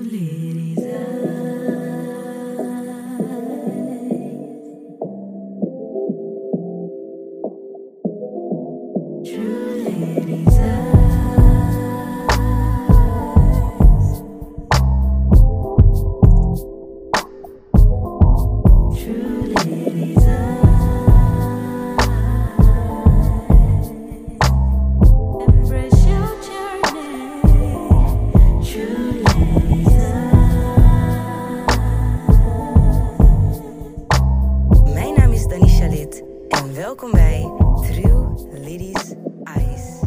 ladies' eyes. True ladies' eyes. True ladies' eyes. Embrace your journey. True ladies' eyes. Mijn naam is Danisha Lid en welkom bij True Ladies' Eyes.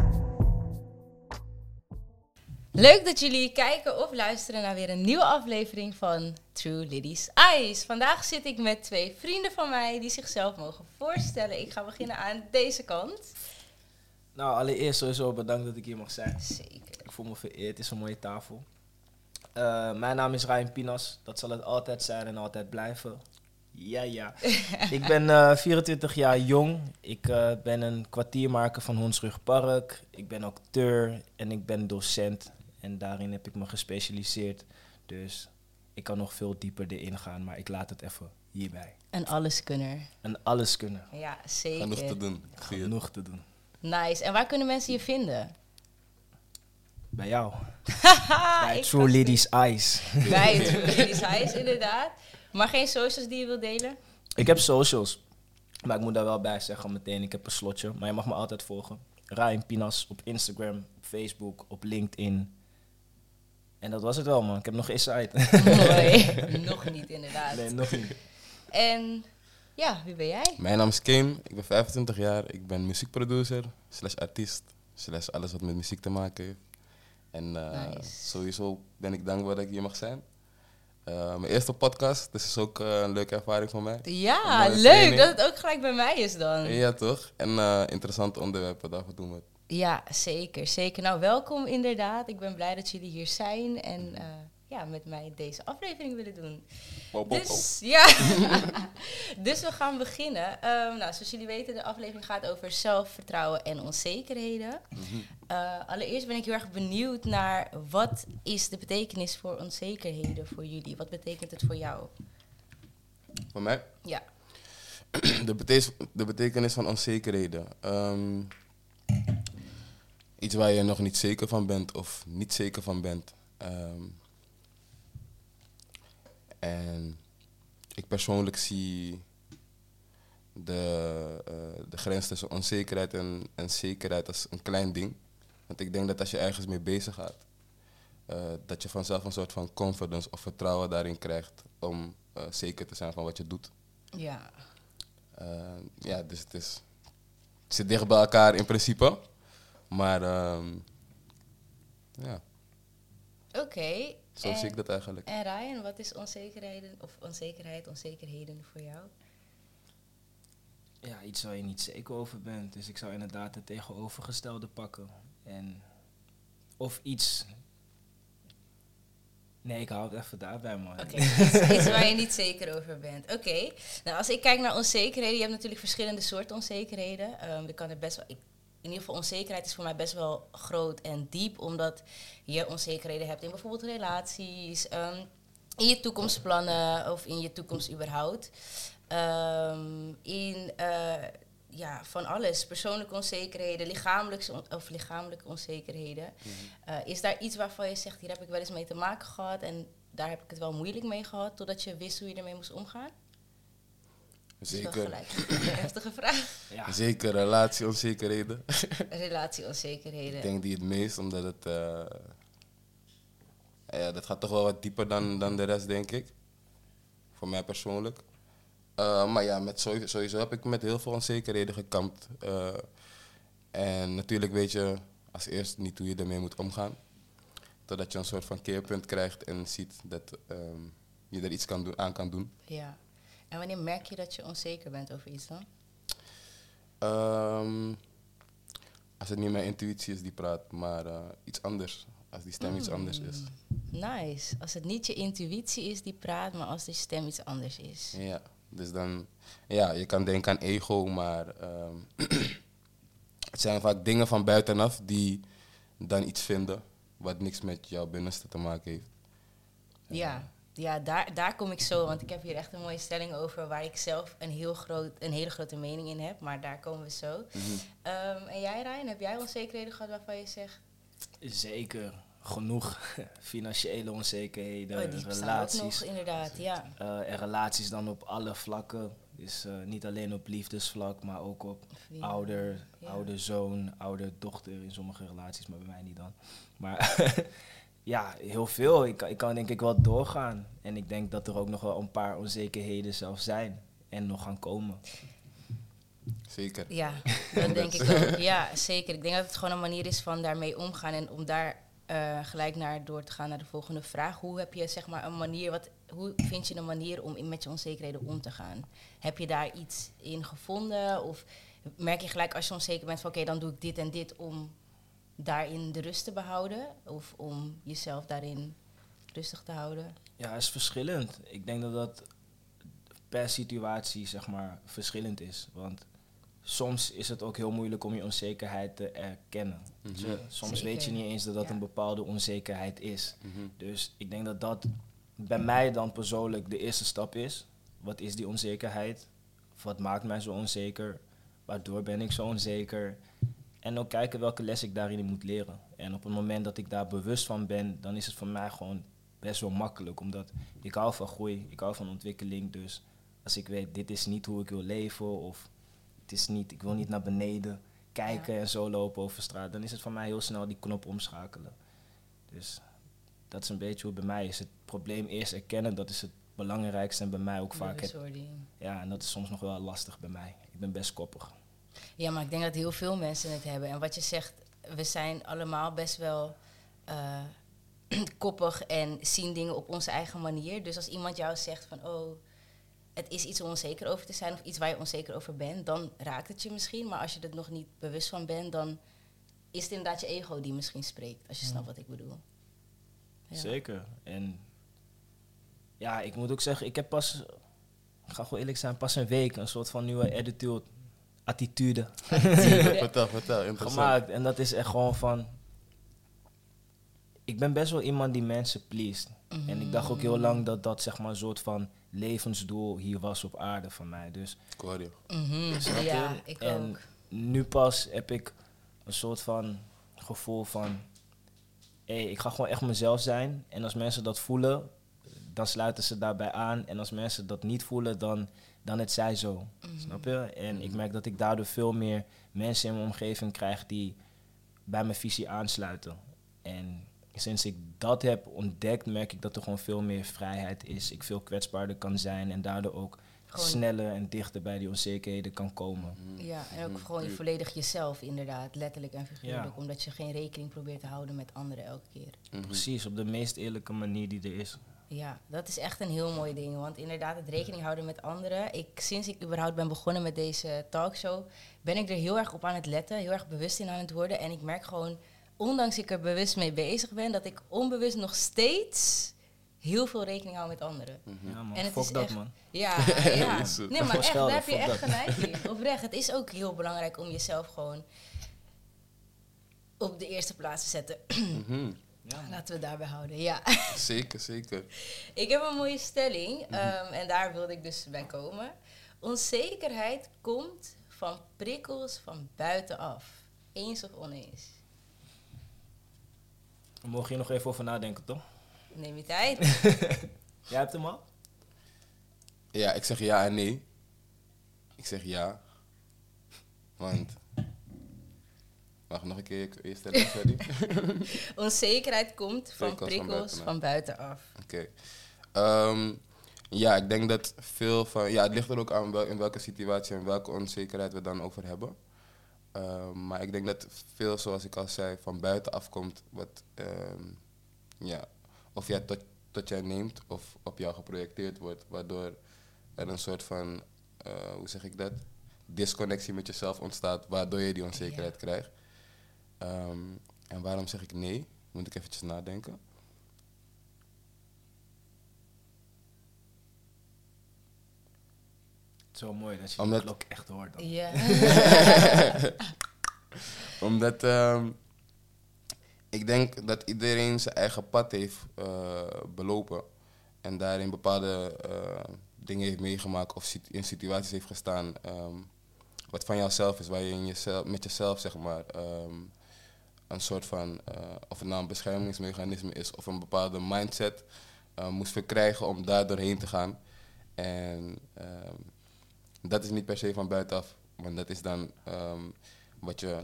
Leuk dat jullie kijken of luisteren naar weer een nieuwe aflevering van True Ladies Eyes. Vandaag zit ik met twee vrienden van mij die zichzelf mogen voorstellen. Ik ga beginnen aan deze kant. Nou, allereerst sowieso bedankt dat ik hier mag zijn. Zeker. Ik voel me vereerd, het is een mooie tafel. Mijn naam is Ryan Pinas, dat zal het altijd zijn en altijd blijven. Ja. Ik ben 24 jaar jong, ik ben een kwartiermaker van Hondsrug Park. Ik ben acteur en ik ben docent en daarin heb ik me gespecialiseerd. Dus ik kan nog veel dieper erin gaan, maar ik laat het even hierbij. Een alleskunner. En alles kunnen, Ja, zeker. Genoeg te doen. Zie je. genoeg te doen. Nice. En waar kunnen mensen je vinden? Bij jou, Haha, bij ik True ga Ladies Eyes. bij True Ladies Eyes, inderdaad. Maar geen socials die je wilt delen? Ik heb socials, maar ik moet daar wel bij zeggen meteen, ik heb een slotje. Maar je mag me altijd volgen. Ryan Pinas op Instagram, op Facebook, op LinkedIn. En dat was het wel, man. Ik heb nog geen site. Mooi. Nog niet, inderdaad. Nee, nog niet. En ja, wie ben jij? Mijn naam is Kane, ik ben 25 jaar. Ik ben muziekproducer, /artiest, alles wat met muziek te maken heeft. En Nice. sowieso ben ik dankbaar dat ik hier mag zijn. Mijn eerste podcast, dus is ook een leuke ervaring voor mij. Ja, Een mooie leuk training. dat het ook gelijk bij mij is dan. Ja, toch? En interessante onderwerpen, daarvoor doen we het. Ja, zeker, zeker. Nou, welkom inderdaad. Ik ben blij dat jullie hier zijn en ja, met mij deze aflevering willen doen. Dus, ja. Dus we gaan beginnen. Nou, zoals jullie weten, de aflevering gaat over zelfvertrouwen en onzekerheden. Allereerst ben ik heel erg benieuwd naar wat is de betekenis voor onzekerheden voor jullie? Wat betekent het voor jou? Voor mij? Ja. De betekenis van onzekerheden. Iets waar je nog niet zeker van bent of niet zeker van bent. En ik persoonlijk zie de grens tussen onzekerheid en zekerheid als een klein ding. Want ik denk dat als je ergens mee bezig gaat, dat je vanzelf een soort van confidence of vertrouwen daarin krijgt om zeker te zijn van wat je doet. Ja. Ja, dus het zit dicht bij elkaar in principe. Maar ja, Oké. zo zie ik dat eigenlijk. En Ryan, wat is onzekerheden voor jou? Ja, iets waar je niet zeker over bent. Dus ik zou inderdaad het tegenovergestelde pakken. En of iets... Nee, ik hou het even daarbij, man. Oké, iets waar je niet zeker over bent. Oké. Nou, als ik kijk naar onzekerheden, je hebt natuurlijk verschillende soorten onzekerheden. Er kan er best wel... In ieder geval, onzekerheid is voor mij best wel groot en diep, omdat je onzekerheden hebt in bijvoorbeeld relaties, in je toekomstplannen of in je toekomst überhaupt. Ja, van alles. Persoonlijke onzekerheden, lichamelijke onzekerheden. Is daar iets waarvan je zegt, hier heb ik wel eens mee te maken gehad en daar heb ik het wel moeilijk mee gehad, totdat je wist hoe je ermee moest omgaan? Dat is wel Zeker. gelijk een heftige vraag. Ja. Zeker relatieonzekerheden. Relatieonzekerheden. Ik denk die het meest, omdat het... ja, dat gaat toch wel wat dieper dan de rest, denk ik. Voor mij persoonlijk. Maar ja, sowieso heb ik met heel veel onzekerheden gekampt. En natuurlijk weet je als eerst niet hoe je ermee moet omgaan. Totdat je een soort van keerpunt krijgt en ziet dat je er iets aan kan doen. Ja. En wanneer merk je dat je onzeker bent over iets dan? Als het niet mijn intuïtie is die praat, maar iets anders. Als die stem iets anders is. Nice. Als het niet je intuïtie is die praat, maar als de stem iets anders is. Ja, dus dan... Ja, je kan denken aan ego, maar... het zijn vaak dingen van buitenaf die dan iets vinden wat niks met jouw binnenste te maken heeft. Ja, daar kom ik zo, want ik heb hier echt een mooie stelling over waar ik zelf een hele grote mening in heb, maar daar komen we zo. En jij, Ryan, heb jij onzekerheden gehad waarvan je zegt? Zeker, genoeg financiële onzekerheden, Die bestaan relaties. ook nog, inderdaad, ja. En relaties dan op alle vlakken. Dus niet alleen op liefdesvlak, maar ook op Vrienden, ouder-zoon, ouder-dochter in sommige relaties, maar bij mij niet dan. Maar ja, heel veel. Ik kan denk ik wel doorgaan. En ik denk dat er ook nog wel een paar onzekerheden zelf zijn en nog gaan komen. Zeker. Ja, dat denk ik ook. Ja, zeker. Ik denk dat het gewoon een manier is van daarmee omgaan en om daar gelijk naar door te gaan naar de volgende vraag. Hoe heb je zeg maar een manier, hoe vind je een manier om met je onzekerheden om te gaan? Heb je daar iets in gevonden? Of merk je gelijk als je onzeker bent van oké, dan doe ik dit en dit om daarin de rust te behouden? Of om jezelf daarin rustig te houden? Ja, het is verschillend. Ik denk dat dat per situatie zeg maar verschillend is. Want soms is het ook heel moeilijk om je onzekerheid te erkennen. Soms Zeker. weet je niet eens dat dat Ja. een bepaalde onzekerheid is. Dus ik denk dat dat bij mij dan persoonlijk de eerste stap is. Wat is die onzekerheid? Wat maakt mij zo onzeker? Waardoor ben ik zo onzeker? En ook kijken welke les ik daarin moet leren. En op het moment dat ik daar bewust van ben, dan is het voor mij gewoon best wel makkelijk. Omdat ik hou van groei, ik hou van ontwikkeling. Dus als ik weet, dit is niet hoe ik wil leven of het is niet, ik wil niet naar beneden kijken en zo lopen over straat, dan is het voor mij heel snel die knop omschakelen. Dus dat is een beetje hoe het bij mij is. Het probleem eerst erkennen, dat is het belangrijkste en bij mij ook vaak het. Ja, en dat is soms nog wel lastig bij mij. Ik ben best koppig. Ja, maar ik denk dat heel veel mensen het hebben. En wat je zegt, we zijn allemaal best wel koppig en zien dingen op onze eigen manier. Dus als iemand jou zegt van, oh, het is iets om onzeker over te zijn of iets waar je onzeker over bent, dan raakt het je misschien. Maar als je er nog niet bewust van bent, dan is het inderdaad je ego die misschien spreekt. Als je snapt wat ik bedoel. Ja. Zeker. En ja, ik moet ook zeggen, ik heb pas, ik ga gewoon eerlijk zijn, pas een week een soort van nieuwe attitude Vertel, interessant. gemaakt. En dat is echt gewoon van, ik ben best wel iemand die mensen pleest. En ik dacht ook heel lang dat dat zeg maar een soort van levensdoel hier was op aarde van mij. Dus Ik hoor je. snap je? Ja, ik en ook. nu pas heb ik een soort van gevoel van, ik ga gewoon echt mezelf zijn. En als mensen dat voelen, dan sluiten ze daarbij aan. En als mensen dat niet voelen, dan het zij zo. Snap je? En ik merk dat ik daardoor veel meer mensen in mijn omgeving krijg die bij mijn visie aansluiten. En sinds ik dat heb ontdekt, merk ik dat er gewoon veel meer vrijheid is. Ik veel kwetsbaarder kan zijn en daardoor ook Gewoon sneller en dichter bij die onzekerheden kan komen. Ja, en ook gewoon je volledig jezelf inderdaad, letterlijk en figuurlijk. Ja. Omdat je geen rekening probeert te houden met anderen elke keer. Precies, op de meest eerlijke manier die er is. Ja, dat is echt een heel mooi ding. Want inderdaad, het rekening houden met anderen. Sinds ik überhaupt ben begonnen met deze talkshow, ben ik er heel erg op aan het letten. Heel erg bewust in aan het worden. En ik merk gewoon, ondanks ik er bewust mee bezig ben, dat ik onbewust nog steeds heel veel rekening hou met anderen. Ja man, En het fuck is dat echt- man. Ja. Is het. Nee, maar echt, daar heb je Fuck echt dat. gelijk in. Oprecht, het is ook heel belangrijk om jezelf gewoon op de eerste plaats te zetten. Laten we het daarbij houden, ja. Zeker, zeker. Ik heb een mooie stelling en daar wilde ik dus bij komen. Onzekerheid komt van prikkels van buitenaf. Eens of oneens? We mogen hier nog even over nadenken, toch? Neem je tijd. Jij hebt hem al? Ja, ik zeg ja en nee. Ik zeg ja. Want... Mag ik nog een keer je stelling, sorry? Onzekerheid komt van Prikkels van prikkels van buitenaf. Oké. Ja, ik denk dat veel van... Ja, het ligt er ook aan in welke situatie en welke onzekerheid we dan over hebben. Maar ik denk dat veel, zoals ik al zei, van buiten afkomt. Wat, of jij tot jij neemt of op jou geprojecteerd wordt. Waardoor er een soort van, hoe zeg ik dat? Disconnectie met jezelf ontstaat. Waardoor je die onzekerheid krijgt. En waarom zeg ik nee? Moet ik eventjes nadenken. Zo mooi dat je Omdat- de klok echt hoort dan. Ja. Omdat ik denk dat iedereen zijn eigen pad heeft belopen. en daarin bepaalde dingen heeft meegemaakt of in situaties heeft gestaan wat van jouzelf is, waar je met jezelf zeg maar een soort van, of het nou een beschermingsmechanisme is of een bepaalde mindset moest verkrijgen om daar doorheen te gaan. En dat is niet per se van buitenaf, maar dat is dan wat je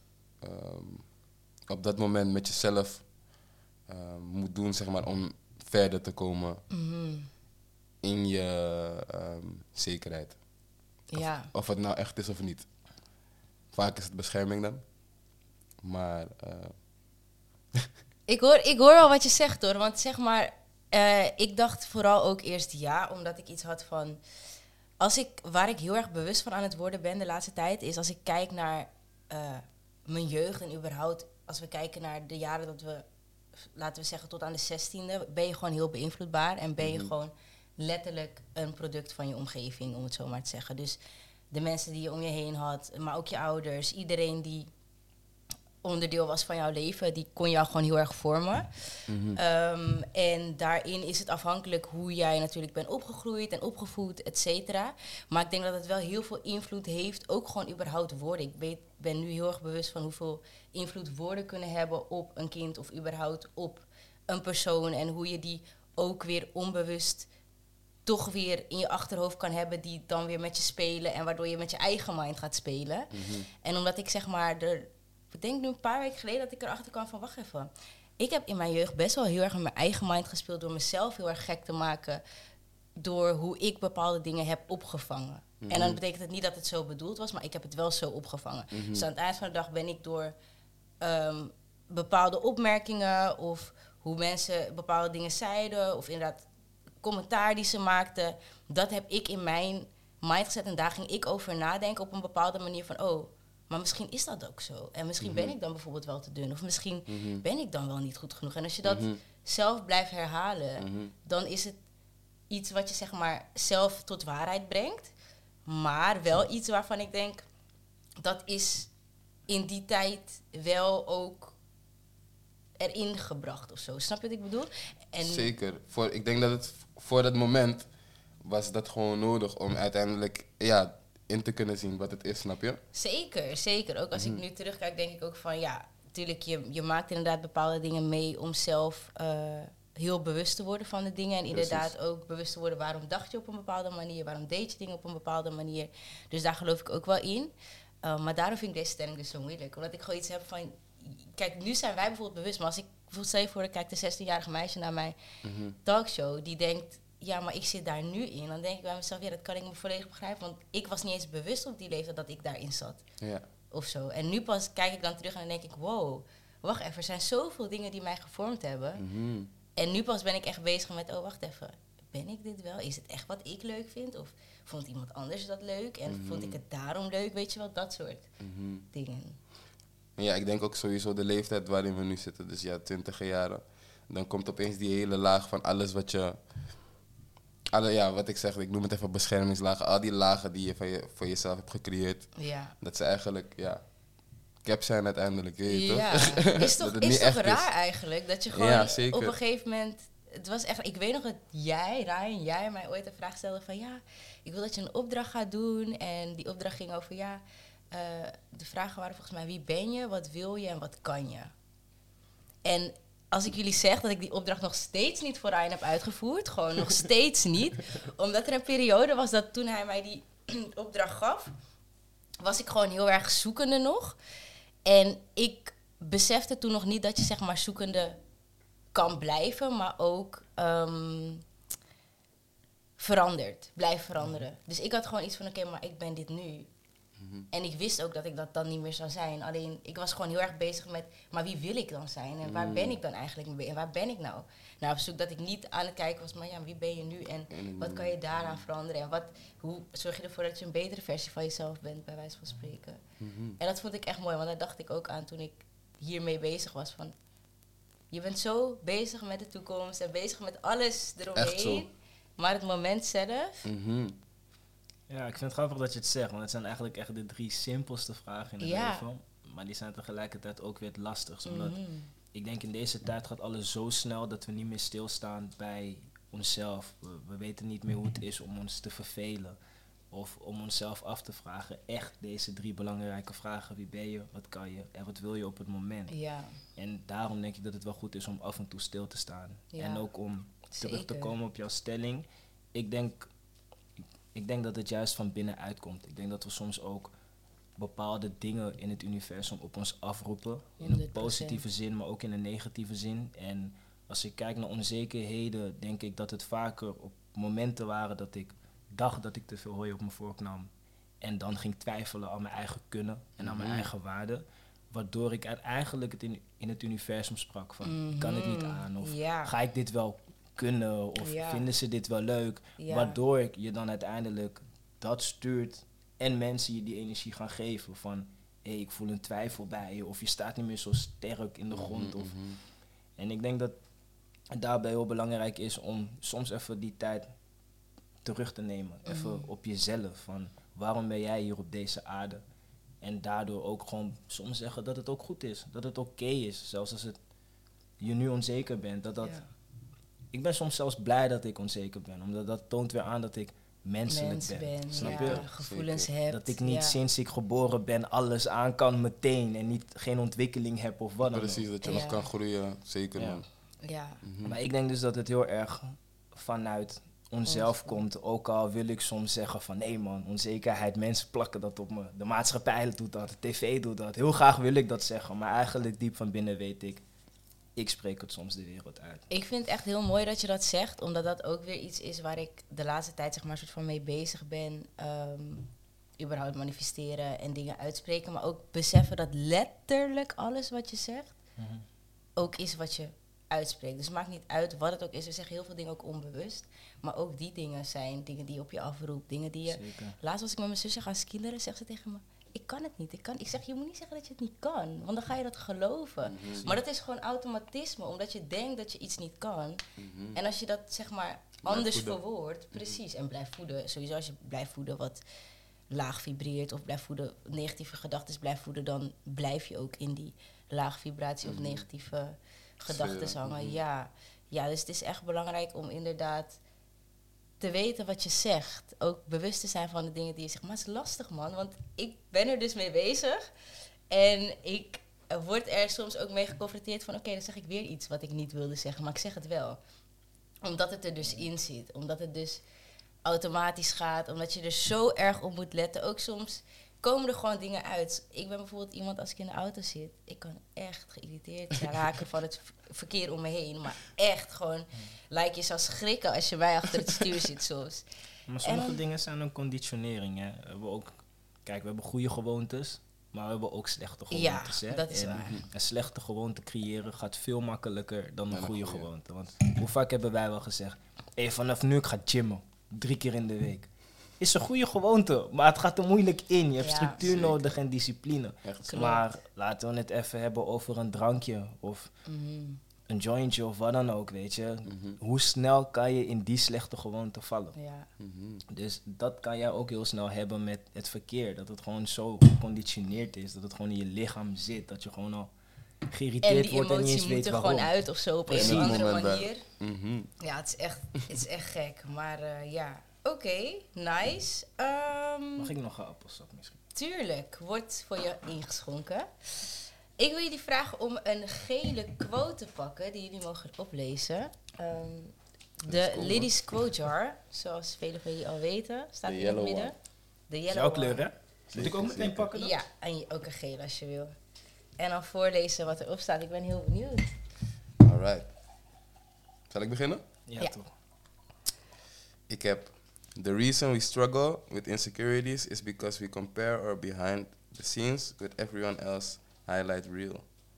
op dat moment met jezelf moet doen, zeg maar, om verder te komen in je zekerheid. Ja. Of het nou echt is of niet. Vaak is het bescherming dan. Maar Ik hoor wel wat je zegt hoor. Want zeg maar, ik dacht vooral ook eerst ja, omdat ik iets had van... Waar ik heel erg bewust van aan het worden ben de laatste tijd, is als ik kijk naar mijn jeugd en überhaupt, als we kijken naar de jaren dat we, laten we zeggen tot aan de 16e, ben je gewoon heel beïnvloedbaar en ben je gewoon letterlijk een product van je omgeving, om het zo maar te zeggen. Dus de mensen die je om je heen had, maar ook je ouders, iedereen die onderdeel was van jouw leven, die kon jou gewoon heel erg vormen. En daarin is het afhankelijk hoe jij natuurlijk bent opgegroeid en opgevoed, et cetera. Maar ik denk dat het wel heel veel invloed heeft, ook gewoon überhaupt woorden. Ik ben nu heel erg bewust van hoeveel invloed woorden kunnen hebben op een kind of überhaupt op een persoon. En hoe je die ook weer onbewust toch weer in je achterhoofd kan hebben, die dan weer met je spelen en waardoor je met je eigen mind gaat spelen. En omdat ik zeg maar ik denk nu een paar weken geleden dat ik erachter kwam van, wacht even. Ik heb in mijn jeugd best wel heel erg met mijn eigen mind gespeeld door mezelf heel erg gek te maken door hoe ik bepaalde dingen heb opgevangen. En dan betekent het niet dat het zo bedoeld was, maar ik heb het wel zo opgevangen. Dus aan het eind van de dag ben ik door bepaalde opmerkingen of hoe mensen bepaalde dingen zeiden of inderdaad commentaar die ze maakten, dat heb ik in mijn mind gezet en daar ging ik over nadenken op een bepaalde manier van, oh, maar misschien is dat ook zo. En misschien ben ik dan bijvoorbeeld wel te dun. Of misschien ben ik dan wel niet goed genoeg. En als je dat zelf blijft herhalen, dan is het iets wat je zeg maar zelf tot waarheid brengt. Maar wel iets waarvan ik denk, dat is in die tijd wel ook erin gebracht of zo. Snap je wat ik bedoel? En zeker. Ik denk dat het voor dat moment was dat gewoon nodig om uiteindelijk in te kunnen zien wat het is, snap je? Zeker, zeker. Ook als ik nu terugkijk, denk ik ook van ja, natuurlijk, je maakt inderdaad bepaalde dingen mee om zelf heel bewust te worden van de dingen. En inderdaad ook bewust te worden waarom dacht je op een bepaalde manier, waarom deed je dingen op een bepaalde manier. Dus daar geloof ik ook wel in. Maar daarom vind ik deze stelling dus zo moeilijk. Omdat ik gewoon iets heb van, kijk, nu zijn wij bijvoorbeeld bewust, maar als ik bijvoorbeeld stel je voor, kijk de 16-jarige meisje naar mijn talkshow, die denkt, ja, maar ik zit daar nu in. Dan denk ik bij mezelf, ja, dat kan ik me volledig begrijpen. Want ik was niet eens bewust op die leeftijd dat ik daarin zat. Ja. Of zo. En nu pas kijk ik dan terug en dan denk ik, wow, wacht even. Er zijn zoveel dingen die mij gevormd hebben. En nu pas ben ik echt bezig met, oh, wacht even. Ben ik dit wel? Is het echt wat ik leuk vind? Of vond iemand anders dat leuk? En vond ik het daarom leuk? Weet je wel, dat soort dingen. Ja, ik denk ook sowieso de leeftijd waarin we nu zitten. Dus ja, 20 jaren. Dan komt opeens die hele laag van alles wat je... wat ik zeg, ik noem het even beschermingslagen. Al die lagen die je voor jezelf hebt gecreëerd. Ja. Dat ze eigenlijk, cap zijn uiteindelijk, weet je toch? Is toch, is toch raar eigenlijk? Dat je gewoon op een gegeven moment... Het was echt... Ik weet nog dat jij mij ooit een vraag stelde van... Ja, ik wil dat je een opdracht gaat doen. En die opdracht ging over, de vragen waren volgens mij... Wie ben je, wat wil je en wat kan je? En... Als ik jullie zeg dat ik die opdracht nog steeds niet voor Ryan heb uitgevoerd, gewoon nog steeds niet. Omdat er een periode was dat toen hij mij die opdracht gaf, was ik gewoon heel erg zoekende nog. En ik besefte toen nog niet dat je zeg maar zoekende kan blijven, maar ook blijft veranderen. Dus ik had gewoon iets van, oké, maar ik ben dit nu. En ik wist ook dat ik dat dan niet meer zou zijn. Alleen, ik was gewoon heel erg bezig met... maar wie wil ik dan zijn? En waar ben ik dan eigenlijk mee? En waar ben ik nou? Nou, op zoek dat ik niet aan het kijken was... maar ja, wie ben je nu? En wat kan je daaraan veranderen? En hoe zorg je ervoor dat je een betere versie van jezelf bent... bij wijze van spreken? En dat vond ik echt mooi. Want daar dacht ik ook aan toen ik hiermee bezig was. Van, je bent zo bezig met de toekomst... en bezig met alles eromheen. Maar het moment zelf... Ja, ik vind het grappig dat je het zegt, want het zijn eigenlijk echt de 3 simpelste vragen in het leven. Maar die zijn tegelijkertijd ook weer het lastigst. Omdat ik denk in deze tijd gaat alles zo snel dat we niet meer stilstaan bij onszelf. We weten niet meer hoe het is om ons te vervelen. Of om onszelf af te vragen. Echt deze 3 belangrijke vragen. Wie ben je? Wat kan je? En wat wil je op het moment? Ja. En daarom denk ik dat het wel goed is om af en toe stil te staan. Ja. En ook om terug te Zeker. komen op jouw stelling. Ik denk dat het juist van binnenuit komt. Ik denk dat we soms ook bepaalde dingen in het universum op ons afroepen. In een 100%. positieve zin, maar ook in een negatieve zin. En als ik kijk naar onzekerheden, denk ik dat het vaker op momenten waren dat ik dacht dat ik te veel hooi op mijn vork nam. En dan ging twijfelen aan mijn eigen kunnen en aan mijn eigen waarde. Waardoor ik uiteindelijk het in het universum sprak van, ik kan het niet aan. Of Ja. ga ik dit wel kunnen? Of Ja. vinden ze dit wel leuk? Ja. Waardoor je dan uiteindelijk dat stuurt en mensen je die energie gaan geven van, hé, ik voel een twijfel bij je. Of je staat niet meer zo sterk in de grond. En ik denk dat het daarbij heel belangrijk is om soms even die tijd terug te nemen. Even op jezelf. Van waarom ben jij hier op deze aarde? En daardoor ook gewoon soms zeggen dat het ook goed is. Dat het oké is. Zelfs als je nu onzeker bent. Ja. Ik ben soms zelfs blij dat ik onzeker ben. Omdat dat toont weer aan dat ik menselijk ben. Snap ja, je? gevoelens Zeker. hebt. Dat ik niet ja. sinds ik geboren ben alles aan kan meteen. En geen ontwikkeling heb of wat dan ook. Precies, dat je Ja. nog kan groeien. Zeker, Ja. man. Ja. Maar ik denk dus dat het heel erg vanuit onszelf komt. Ook al wil ik soms zeggen van nee man, onzekerheid, mensen plakken dat op me. De maatschappij doet dat, de tv doet dat. Heel graag wil ik dat zeggen, maar eigenlijk diep van binnen weet ik spreek het soms de wereld uit. Ik vind het echt heel mooi dat je dat zegt, omdat dat ook weer iets is waar ik de laatste tijd zeg maar soort van mee bezig ben. Überhaupt manifesteren en dingen uitspreken, maar ook beseffen dat letterlijk alles wat je zegt ook is wat je uitspreekt. Dus het maakt niet uit wat het ook is. We zeggen heel veel dingen ook onbewust, maar ook die dingen zijn dingen die je op je afroept, dingen die je... Zeker. Laatst was ik met mijn zusje gaan skileren, zegt ze tegen me, ik kan het niet. Ik zeg, je moet niet zeggen dat je het niet kan, want dan ga je dat geloven. Maar dat is gewoon automatisme, omdat je denkt dat je iets niet kan. En als je dat zeg maar anders voeden. verwoordt, precies, en blijft voeden, sowieso als je blijft voeden wat laag vibreert of blijft voeden, negatieve gedachten blijft voeden, dan blijf je ook in die laag vibratie of negatieve gedachten hangen. Ja, dus het is echt belangrijk om inderdaad te weten wat je zegt. Ook bewust te zijn van de dingen die je zegt. Maar het is lastig, man. Want ik ben er dus mee bezig. En ik word er soms ook mee geconfronteerd van... Oké, dan zeg ik weer iets wat ik niet wilde zeggen. Maar ik zeg het wel. Omdat het er dus in zit. Omdat het dus automatisch gaat. Omdat je er zo erg op moet letten. Ook soms komen er gewoon dingen uit. Ik ben bijvoorbeeld iemand, als ik in de auto zit... Ik kan echt geïrriteerd raken van het verkeer om me heen. Maar echt gewoon... Lijkt je zou schrikken als je mij achter het stuur zit soms. Maar sommige dingen zijn een conditionering. Hè. We hebben ook, kijk, we hebben goede gewoontes, maar we hebben ook slechte gewoontes. Ja, hè. dat is En waar. een slechte gewoonte creëren gaat veel makkelijker dan een goede gewoonte. Want hoe vaak hebben wij wel gezegd, vanaf nu ik ga gymmen, 3 keer in de week. Is een goede gewoonte, maar het gaat er moeilijk in. Je hebt Ja, structuur zeker. nodig en discipline. Echt. Klopt. Maar laten we het even hebben over een drankje of een jointje of wat dan ook, weet je. Hoe snel kan je in die slechte gewoonte vallen? Ja. Dus dat kan jij ook heel snel hebben met het verkeer. Dat het gewoon zo geconditioneerd is, dat het gewoon in je lichaam zit. Dat je gewoon al En geïrriteerd die wordt en niet eens emotie moet weet er waarom. gewoon uit of zo op een Precies. of andere Moment bij. manier. Ja, het is echt gek. Maar ja, oké, nice. Mag ik nog een appelsap misschien? Tuurlijk, wordt voor je ingeschonken. Ik wil jullie vragen om een gele quote te pakken die jullie mogen oplezen. De Liddy's Quote Jar, zoals velen van jullie al weten, staat De in het yellow midden. one. De Jouw yellow kleur, one. hè? Moet ik ook meteen pakken dan? Ja, en ook een gele als je wil. En dan voorlezen wat erop staat. Ik ben heel benieuwd. Alright. Zal ik beginnen? Ja. Toch. Ik heb... The reason we struggle with insecurities is because we compare our behind the scenes with everyone else highlight reel.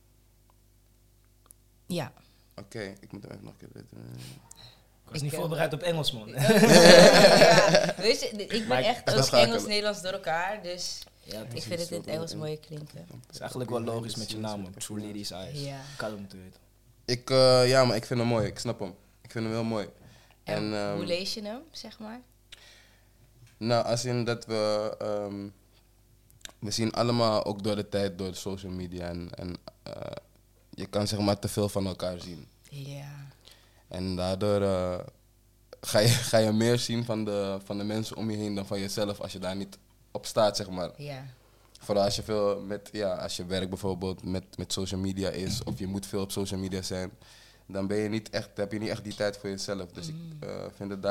Ja. Oké, ik moet hem even nog een keer lezen. Ik was niet Ik, voorbereid op Engels, man. Ja, weet je, ik ben Maar echt even ook schakelen. Engels-Nederlands door elkaar. Dus Ja, ik vind het in het Engels mooier klinken. Het is eigenlijk wel logisch met je naam, ook. True Ladies Eyes. Ja. Ik had het moeten weten. Ja, maar ik vind hem mooi. Ik snap hem. Ik vind hem heel mooi. En hoe lees je hem, zeg maar? Nou, als in dat we zien allemaal ook door de tijd, door de social media en je kan zeg maar te veel van elkaar zien. Ja. En daardoor ga je meer zien van de mensen om je heen dan van jezelf als je daar niet op staat, zeg maar. Ja. Vooral als je als je werk bijvoorbeeld met social media is, of je moet veel op social media zijn, dan heb je niet echt die tijd voor jezelf. Dus ik vind het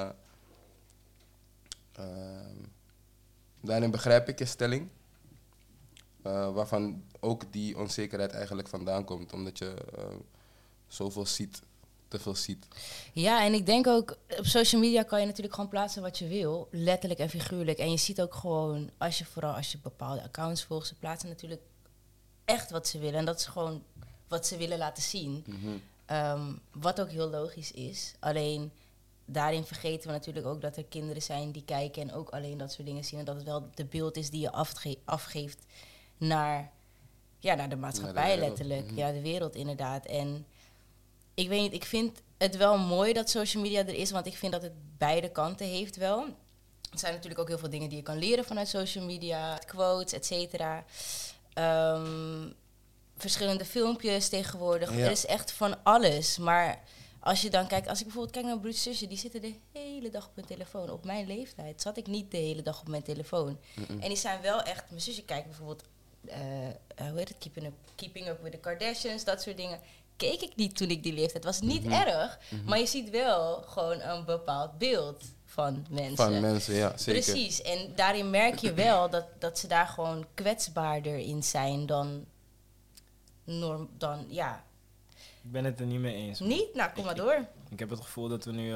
daarin begrijp ik je stelling. Waarvan ook die onzekerheid eigenlijk vandaan komt. Omdat je zoveel ziet, te veel ziet. Ja, en ik denk ook, op social media kan je natuurlijk gewoon plaatsen wat je wil. Letterlijk en figuurlijk. En je ziet ook gewoon, vooral als je bepaalde accounts volgt, ze plaatsen natuurlijk echt wat ze willen. En dat is gewoon wat ze willen laten zien. Wat ook heel logisch is. Alleen, daarin vergeten we natuurlijk ook dat er kinderen zijn die kijken en ook alleen dat soort dingen zien. En dat het wel de beeld is die je afgeeft naar de maatschappij, letterlijk. Ja, de wereld inderdaad. En ik weet niet, ik vind het wel mooi dat social media er is, want ik vind dat het beide kanten heeft wel. Er zijn natuurlijk ook heel veel dingen die je kan leren vanuit social media, quotes, et cetera. Verschillende filmpjes tegenwoordig. Ja. Er is echt van alles, maar als je dan kijkt, als ik bijvoorbeeld kijk naar mijn broers en zusje, die zitten de hele dag op hun telefoon. Op mijn leeftijd zat ik niet de hele dag op mijn telefoon. En die zijn wel echt, mijn zusje kijkt bijvoorbeeld, hoe heet het, Keeping Up with the Kardashians, dat soort dingen. Keek ik niet toen ik die leeftijd. Het was niet erg, maar je ziet wel gewoon een bepaald beeld van mensen. Van mensen, ja, zeker. Precies, en daarin merk je wel dat ze daar gewoon kwetsbaarder in zijn dan ja. Ik ben het er niet mee eens. Niet? Nou, kom maar door. Ik heb het gevoel dat we nu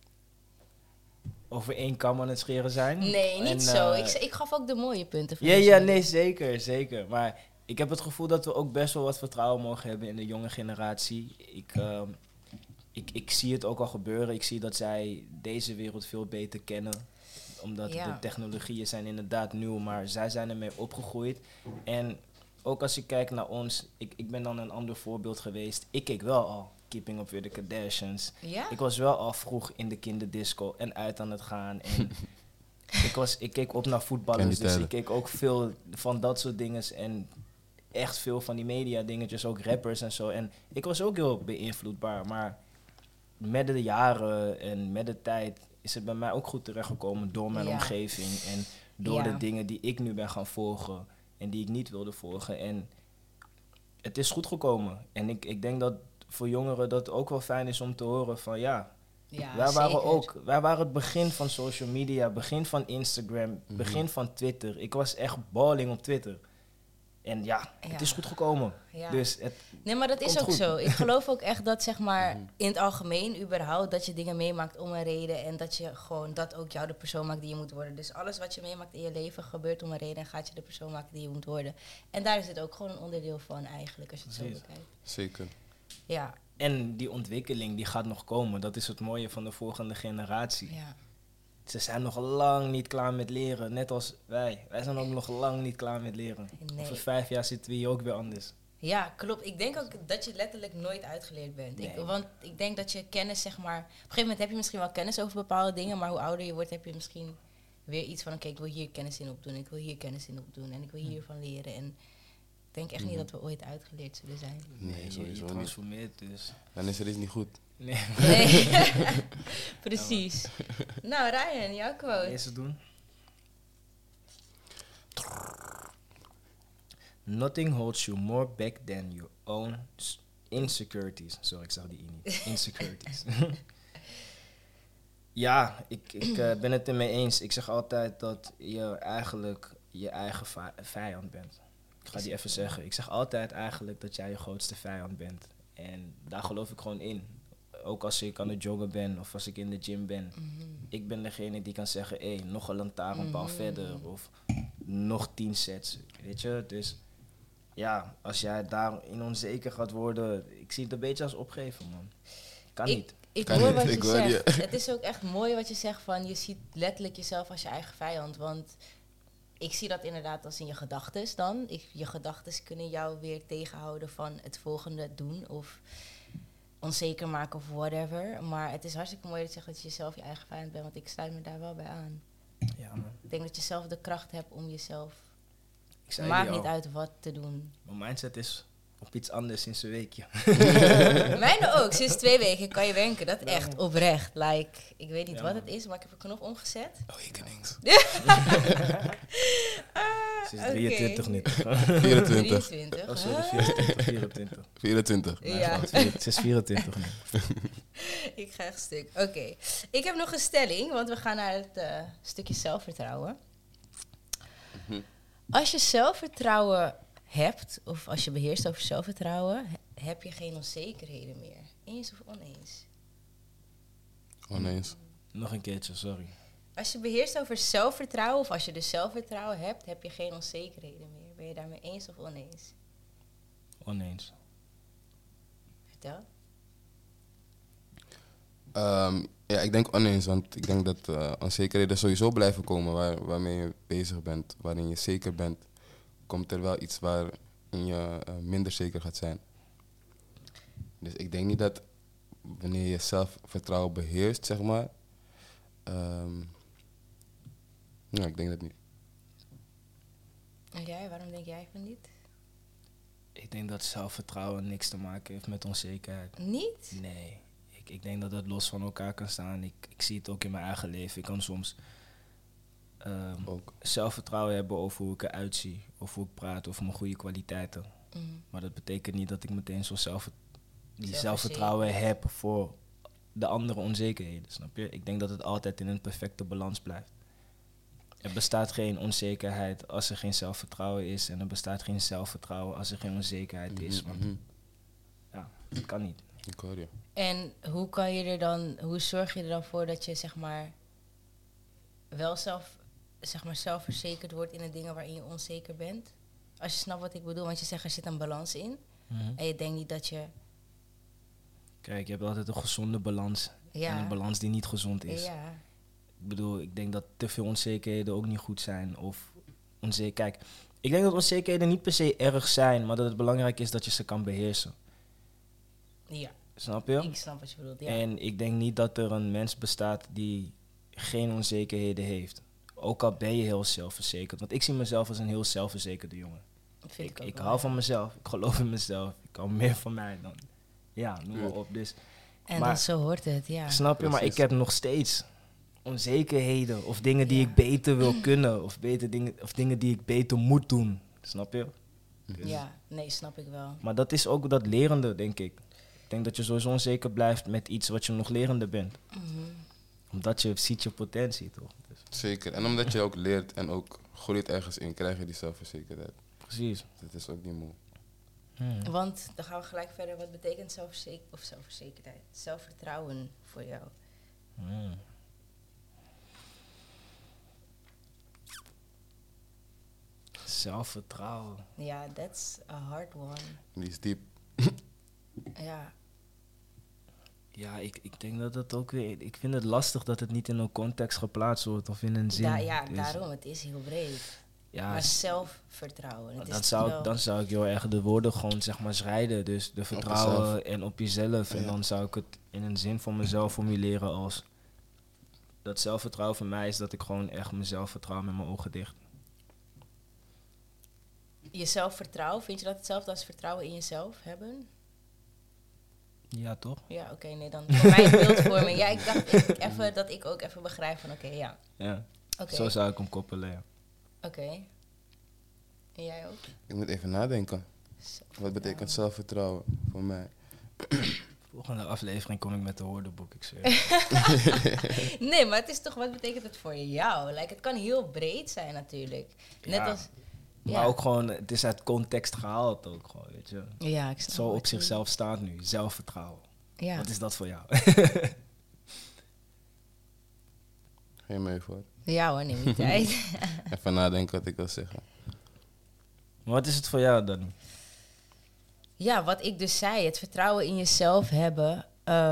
over één kam aan het scheren zijn. Nee, niet zo. Ik gaf ook de mooie punten van Nee, zeker. Maar ik heb het gevoel dat we ook best wel wat vertrouwen mogen hebben in de jonge generatie. Ik zie het ook al gebeuren. Ik zie dat zij deze wereld veel beter kennen. Omdat de technologieën zijn inderdaad nieuw, maar zij zijn ermee opgegroeid. En ook als ik kijk naar ons, ik ben dan een ander voorbeeld geweest. Ik keek wel al Keeping Up with the Kardashians. Ja? Ik was wel al vroeg in de kinderdisco en uit aan het gaan. En ik keek op naar voetballers, dus ik keek ook veel van dat soort dingen. En echt veel van die media dingetjes, ook rappers en zo. En ik was ook heel beïnvloedbaar, maar met de jaren en met de tijd is het bij mij ook goed terechtgekomen door mijn omgeving en door de dingen die ik nu ben gaan volgen en die ik niet wilde volgen. En het is goed gekomen. En ik denk dat voor jongeren dat ook wel fijn is om te horen van wij waren het begin van social media, begin van Instagram, begin van Twitter. Ik was echt balling op Twitter. En het is goed gekomen. Ja. Dus nee, maar dat is ook zo. Ik geloof ook echt dat, zeg maar, in het algemeen überhaupt, dat je dingen meemaakt om een reden en dat je gewoon dat ook jou de persoon maakt die je moet worden. Dus alles wat je meemaakt in je leven gebeurt om een reden en gaat je de persoon maken die je moet worden. En daar is het ook gewoon een onderdeel van eigenlijk, als je het zo bekijkt. Zeker. Ja. En die ontwikkeling die gaat nog komen. Dat is het mooie van de volgende generatie. Ja. Ze zijn nog lang niet klaar met leren. Net als wij. Wij zijn ook nog lang niet klaar met leren. Nee. Over 5 jaar zitten we hier ook weer anders. Ja, klopt. Ik denk ook dat je letterlijk nooit uitgeleerd bent. Nee. Want ik denk dat je kennis, zeg maar... Op een gegeven moment heb je misschien wel kennis over bepaalde dingen, maar hoe ouder je wordt heb je misschien weer iets van... Oké, ik wil hier kennis in opdoen, ik wil hier kennis in opdoen en ik wil hiervan leren. En ik denk echt niet dat we ooit uitgeleerd zullen zijn. Nee, sowieso je niet. transformeert dus. Dan is er iets niet goed. Nee. Precies. Nou, Ryan, jouw quote. Deze doen. Nothing holds you more back than your own insecurities. Sorry, ik zag die niet. Insecurities. Ja, ik ben het ermee eens. Ik zeg altijd dat je eigenlijk je eigen vijand bent. Ik ga die even zeggen. Ik zeg altijd eigenlijk dat jij je grootste vijand bent. En daar geloof ik gewoon in. Ook als ik aan het joggen ben of als ik in de gym ben. Ik ben degene die kan zeggen, nog een lantaarnpaal verder. Of nog 10 sets, weet je. Dus ja, als jij daarin onzeker gaat worden, ik zie het een beetje als opgeven, man. Kan niet. Ik hoor wat je zegt. Het is ook echt mooi wat je zegt van, je ziet letterlijk jezelf als je eigen vijand. Want ik zie dat inderdaad als in je gedachtes dan. Je gedachtes kunnen jou weer tegenhouden van het volgende doen of onzeker maken of whatever. Maar het is hartstikke mooi dat je zegt dat je zelf je eigen vijand bent, want ik sluit me daar wel bij aan. Ja, man. Ik denk dat je zelf de kracht hebt om jezelf, maakt niet uit wat te doen. Mijn mindset is Op iets anders sinds een weekje. Mijne ook, sinds 2 weken kan je wenken. Dat echt oprecht. Like, ik weet niet wat het is, maar ik heb een knop omgezet. Awakenings. Ze is 23 nu. 24. 23. Oh, sorry, 24. 24. Ja. Ze is 24 nu. Ik ga echt stuk. Oké. Ik heb nog een stelling, want we gaan naar het stukje zelfvertrouwen. Als je zelfvertrouwen hebt, of als je beheerst over zelfvertrouwen, heb je geen onzekerheden meer. Eens of oneens? Oneens. Nog een keertje, sorry. Als je beheerst over zelfvertrouwen, of als je dus zelfvertrouwen hebt, heb je geen onzekerheden meer. Ben je daarmee eens of oneens? Oneens. Vertel. Ja, ik denk oneens, want ik denk dat onzekerheden sowieso blijven komen waarmee je bezig bent. Waarin je zeker bent, komt er wel iets waarin je minder zeker gaat zijn. Dus ik denk niet dat wanneer je zelfvertrouwen beheerst, zeg maar. Ja, ik denk dat niet. En jij, waarom denk jij van niet? Ik denk dat zelfvertrouwen niks te maken heeft met onzekerheid. Niet? Nee. Ik denk dat het los van elkaar kan staan. Ik zie het ook in mijn eigen leven. Ik kan soms Ook. zelfvertrouwen hebben over hoe ik eruit zie. Of hoe ik praat, over mijn goede kwaliteiten. Maar dat betekent niet dat ik meteen zo zelfvertrouwen heb voor de andere onzekerheden. Snap je? Ik denk dat het altijd in een perfecte balans blijft. Er bestaat geen onzekerheid als er geen zelfvertrouwen is. En er bestaat geen zelfvertrouwen als er geen onzekerheid is. Want ja, dat kan niet. Ik hoor je. En hoe zorg je er dan voor dat je zeg maar wel zelfverzekerd wordt in de dingen waarin je onzeker bent? Als je snapt wat ik bedoel, want je zegt er zit een balans in. En je denkt niet dat je... Kijk, je hebt altijd een gezonde balans. En een balans die niet gezond is. Ja. Ik bedoel, ik denk dat te veel onzekerheden ook niet goed zijn. Kijk, ik denk dat onzekerheden niet per se erg zijn, maar dat het belangrijk is dat je ze kan beheersen. Ja. Snap je? Ik snap wat je bedoelt, ja. En ik denk niet dat er een mens bestaat die geen onzekerheden heeft. Ook al ben je heel zelfverzekerd. Want ik zie mezelf als een heel zelfverzekerde jongen. Ik hou van mezelf, ik geloof in mezelf. Ik hou meer van mij dan... Ja, noem maar op. Dus, en maar, dat zo hoort het, ja. Snap je? Maar Precies. ik heb nog steeds onzekerheden. Of dingen die ik beter wil kunnen. Of dingen die ik beter moet doen. Snap je? Ja, nee, snap ik wel. Maar dat is ook dat lerende, denk ik. Ik denk dat je sowieso onzeker blijft met iets wat je nog lerende bent. Omdat je ziet je potentie, toch? Dus, Zeker. En omdat je ook leert en ook groeit ergens in, krijg je die zelfverzekerdheid. precies. Dat is ook niet moe. Want dan gaan we gelijk verder. Wat betekent zelfverzekerdheid? Zelfvertrouwen voor jou? Zelfvertrouwen. Ja, that's a hard one. Die is diep. Ja. Ja, ik denk dat het ook weer... Ik vind het lastig dat het niet in een context geplaatst wordt of in een zin. Dus, Daarom. Het is heel breed. ja, Maar zelfvertrouwen. Het is dan zou ik heel erg de woorden gewoon zeg maar scheiden. Dus de vertrouwen en op jezelf. En dan zou ik het in een zin voor mezelf formuleren als... Dat zelfvertrouwen voor mij is dat ik gewoon echt mezelf vertrouw met mijn ogen dicht. Je zelfvertrouwen, vind je dat hetzelfde als vertrouwen in jezelf hebben? Ja, toch? Ja, oké, nee, dan voor mij beeldvorming. Ja, ik dacht even dat ik ook even begrijp van ja. Ja, Oké. zo zou ik hem koppelen, ja. Oké. En jij ook? Ik moet even nadenken. Wat betekent zelfvertrouwen voor mij? Volgende aflevering kom ik met de woordenboek, ik zweer. Nee, maar het is toch, wat betekent het voor jou? Like, het kan heel breed zijn natuurlijk. Net Ja. als... Maar ook gewoon, het is uit context gehaald ook gewoon, weet je. Ja, ik snap Zo wat op je zichzelf staat nu, zelfvertrouwen. bedoelt. Ja. Wat is dat voor jou? Geen mee voor. Ja hoor, neem je tijd. Even nadenken wat ik wil zeggen. Maar wat is het voor jou dan? Ja, wat ik dus zei, het vertrouwen in jezelf hebben.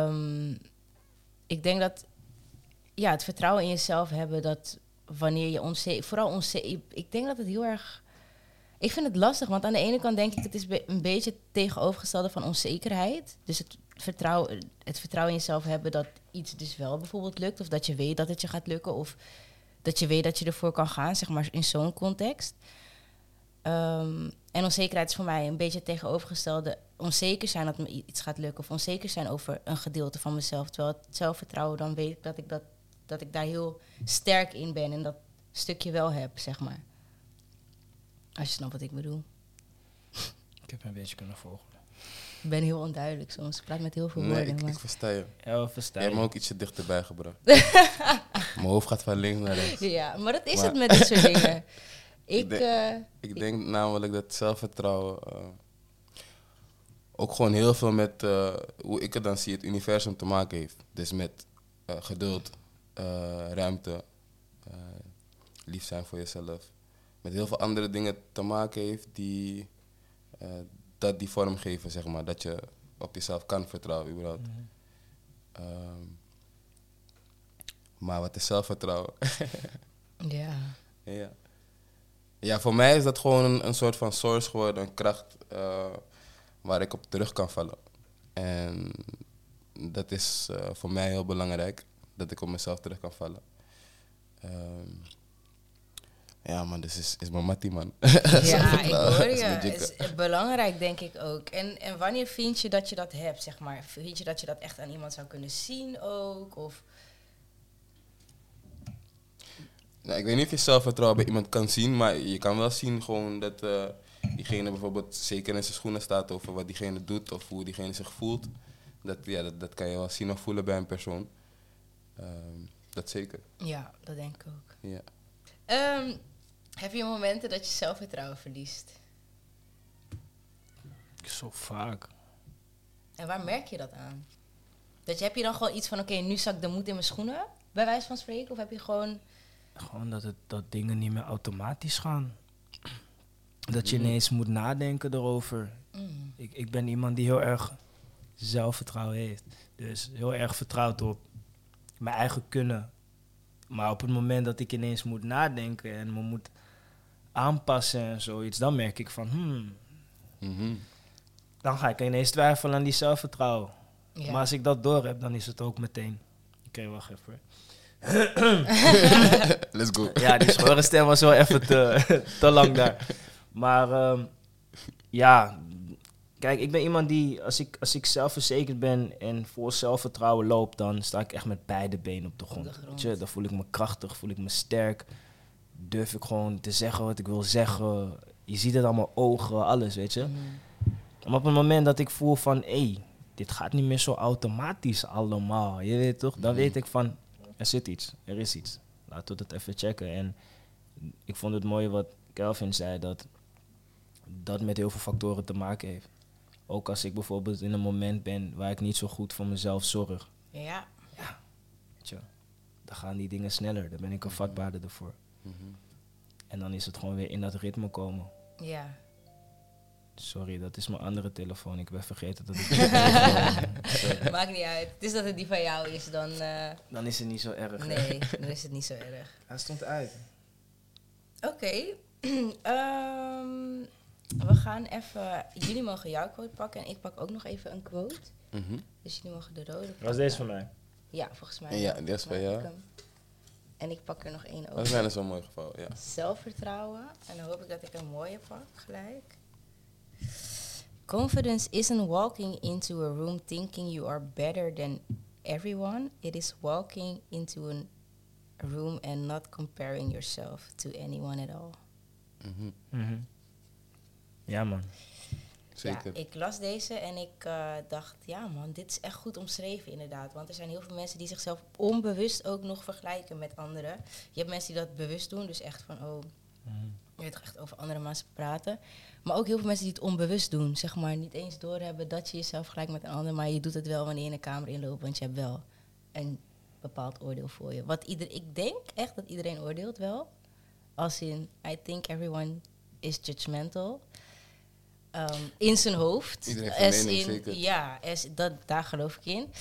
Ik denk dat, ja, het vertrouwen in jezelf hebben, dat wanneer je onzeker, ik denk dat het heel erg, ik vind het lastig, want aan de ene kant denk ik, het is een beetje het tegenovergestelde van onzekerheid. Dus het vertrouwen in jezelf hebben dat iets dus wel bijvoorbeeld lukt, of dat je weet dat het je gaat lukken, of dat je weet dat je ervoor kan gaan, zeg maar, in zo'n context. En onzekerheid is voor mij een beetje het tegenovergestelde. Onzeker zijn dat me iets gaat lukken. Of onzeker zijn over een gedeelte van mezelf. Terwijl het zelfvertrouwen, dan weet ik dat ik daar heel sterk in ben. En dat stukje wel heb, zeg maar. Als je snapt wat ik bedoel. Ik heb een beetje kunnen volgen. Ik ben heel onduidelijk soms. Ik praat met heel veel woorden. Nee, maar ik versta je. Ja, versta Je je. hebt me ook ietsje dichterbij gebracht. Mijn hoofd gaat van links naar rechts. Ja, maar dat is Maar- het met dit soort dingen. Ik denk namelijk dat zelfvertrouwen ook gewoon heel veel met hoe ik het dan zie, het universum te maken heeft. Dus met geduld, ruimte, lief zijn voor jezelf. Met heel veel andere dingen te maken heeft die dat die vorm geven, zeg maar. Dat je op jezelf kan vertrouwen, überhaupt. Maar wat is zelfvertrouwen? Ja. Ja. Ja, voor mij is dat gewoon een soort van source geworden, een kracht waar ik op terug kan vallen. En dat is voor mij heel belangrijk, dat ik op mezelf terug kan vallen. Ja man, dus is mijn mattie man. Ja, ik hoor is je. mijn jikka. Het is belangrijk, denk ik ook. En wanneer vind je dat je dat hebt, zeg maar? Vind je dat je dat echt aan iemand zou kunnen zien ook? Of... Nou, ik weet niet of je zelfvertrouwen bij iemand kan zien, maar je kan wel zien gewoon dat diegene bijvoorbeeld zeker in zijn schoenen staat over wat diegene doet of hoe diegene zich voelt. Dat kan je wel zien of voelen bij een persoon. Dat zeker. Ja, dat denk ik ook. Ja. Heb je momenten dat je zelfvertrouwen verliest? Zo vaak. En waar merk je dat aan? Heb je dan gewoon iets van, oké, nu zak ik de moed in mijn schoenen, bij wijze van spreken? Of heb je gewoon... Gewoon dat dingen niet meer automatisch gaan. Dat je ineens moet nadenken erover. Ik ben iemand die heel erg zelfvertrouwen heeft. Dus heel erg vertrouwd op mijn eigen kunnen. Maar op het moment dat ik ineens moet nadenken en me moet aanpassen en zoiets, dan merk ik van, dan ga ik ineens twijfelen aan die zelfvertrouwen. Ja. Maar als ik dat door heb, dan is het ook meteen, oké, wacht even. Let's go. Ja, die schorre stem was wel even te lang daar. Maar ja, kijk, ik ben iemand die, als ik zelfverzekerd ben en vol zelfvertrouwen loop, dan sta ik echt met beide benen op de grond. Weet je, dan voel ik me krachtig, voel ik me sterk. Durf ik gewoon te zeggen wat ik wil zeggen. Je ziet het allemaal ogen, alles, weet je. Maar op het moment dat ik voel van, dit gaat niet meer zo automatisch allemaal. Je weet toch, dan weet ik van, er zit iets, er is iets. Laten we dat even checken. En ik vond het mooi wat Kelvin zei, dat met heel veel factoren te maken heeft. Ook als ik bijvoorbeeld in een moment ben waar ik niet zo goed voor mezelf zorg. Ja. Weet je, dan gaan die dingen sneller. Dan ben ik er vatbaarder ervoor. En dan is het gewoon weer in dat ritme komen. Ja. Sorry, dat is mijn andere telefoon. Ik ben vergeten dat ik... Maakt niet uit. Het is dat het die van jou is, dan... Dan is het niet zo erg. hè? nee, dan is het niet zo erg. Hij stond uit. Oké. We gaan even... Jullie mogen jouw quote pakken en ik pak ook nog even een quote. Dus jullie mogen de rode pakken. Was deze van mij? Ja, volgens mij. Ja, die is van jou. En ik pak er nog één Dat over. is bijna zo'n mooi geval, ja. Zelfvertrouwen. En dan hoop ik dat ik een mooie pak gelijk. Confidence isn't walking into a room thinking you are better than everyone. It is walking into a room and not comparing yourself to anyone at all. Ja, man. Zeker. Ja, ik las deze en ik dacht, ja man, dit is echt goed omschreven inderdaad. Want er zijn heel veel mensen die zichzelf onbewust ook nog vergelijken met anderen. Je hebt mensen die dat bewust doen, dus echt van, je weet toch echt over andere mensen praten. Maar ook heel veel mensen die het onbewust doen, zeg maar. Niet eens doorhebben dat je jezelf vergelijkt met een ander, maar je doet het wel wanneer je in een kamer inloopt, want je hebt wel een bepaald oordeel voor je. Ik denk echt dat iedereen oordeelt wel. Als in, I think everyone is judgmental. In zijn hoofd. Iedereen heeft een mening, zeker. Ja, daar geloof ik in.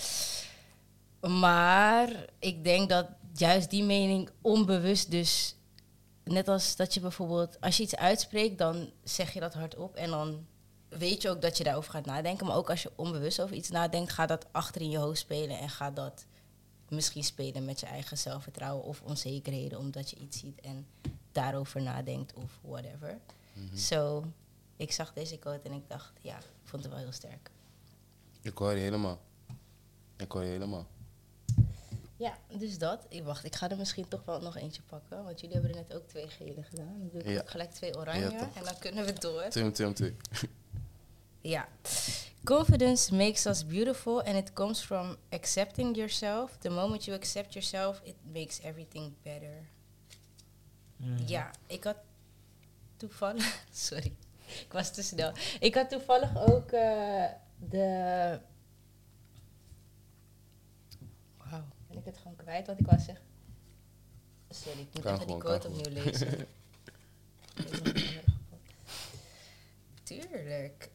Maar ik denk dat juist die mening onbewust dus... Net als dat je bijvoorbeeld... Als je iets uitspreekt, dan zeg je dat hardop. En dan weet je ook dat je daarover gaat nadenken. Maar ook als je onbewust over iets nadenkt, gaat dat achter in je hoofd spelen. En gaat dat misschien spelen met je eigen zelfvertrouwen of onzekerheden. Omdat je iets ziet en daarover nadenkt of whatever. So, ik zag deze quote en ik dacht, ja, ik vond het wel heel sterk. Ik hoor je helemaal. Ja, dus dat. Ik ga er misschien toch wel nog eentje pakken. Want jullie hebben er net ook 2 gele gedaan. Dan doe ik ook gelijk 2 oranje. Ja, toch. En dan kunnen we door. 2. Ja. Confidence makes us beautiful and it comes from accepting yourself. The moment you accept yourself, it makes everything better. Ja, ik had toevallig... Sorry, ik was te snel. Ik had toevallig ook de... Wauw, ben ik het gewoon kwijt wat ik wou zeggen? Sorry, ik moet even die quote opnieuw lezen. Tuurlijk.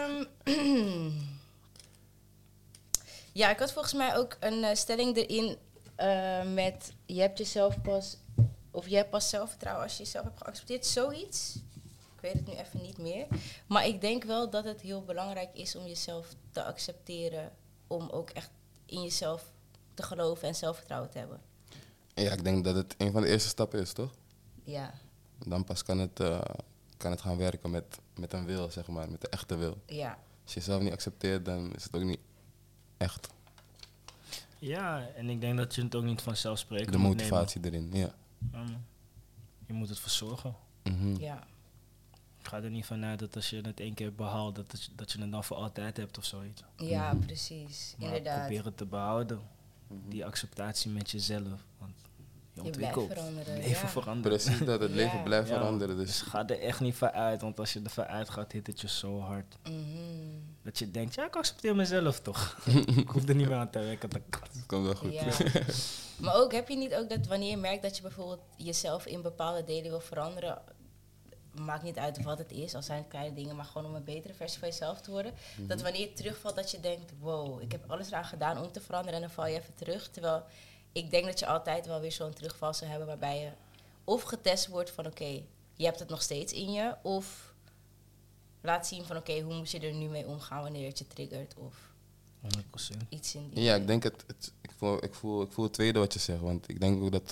Ja, ik had volgens mij ook een stelling erin met... Je hebt pas zelfvertrouwen als je jezelf hebt geaccepteerd. Zoiets. Ik weet het nu even niet meer. Maar ik denk wel dat het heel belangrijk is om jezelf te accepteren. Om ook echt in jezelf te geloven en zelfvertrouwen te hebben. Ja, ik denk dat het een van de eerste stappen is, toch? Ja. Dan pas kan het gaan werken met een wil, zeg maar, met de echte wil. Ja. Als je jezelf niet accepteert, dan is het ook niet echt. Ja, en ik denk dat je het ook niet vanzelfsprekend De moet motivatie erin, ja. nemen. Je moet het verzorgen. Ja. Ik ga er niet vanuit dat als je het 1 keer behaalt, dat je het dan voor altijd hebt of zoiets. Ja, precies. Maar Inderdaad. probeer het te behouden. Die acceptatie met jezelf. Want je ontwikkelt. blijft veranderen, Het leven ja. verandert. Precies, dat het leven blijft Ja, veranderen. Dus Dus ga er echt niet van uit, want als je er van uit gaat, hit het je zo hard. Dat je denkt, ja, ik accepteer mezelf toch. Ik hoef er niet meer aan te werken. Dat het komt wel goed. Ja. Maar ook, heb je niet ook dat wanneer je merkt dat je bijvoorbeeld jezelf in bepaalde delen wil veranderen, maakt niet uit wat het is, al zijn het kleine dingen, maar gewoon om een betere versie van jezelf te worden, dat wanneer je terugvalt, dat je denkt, wow, ik heb alles eraan gedaan om te veranderen en dan val je even terug. Terwijl ik denk dat je altijd wel weer zo'n terugval zou hebben waarbij je of getest wordt van oké, je hebt het nog steeds in je, of laat zien van oké, hoe moet je er nu mee omgaan wanneer het je triggert of 100%. iets in die... Ja, ik denk ik voel het tweede wat je zegt, want ik denk ook dat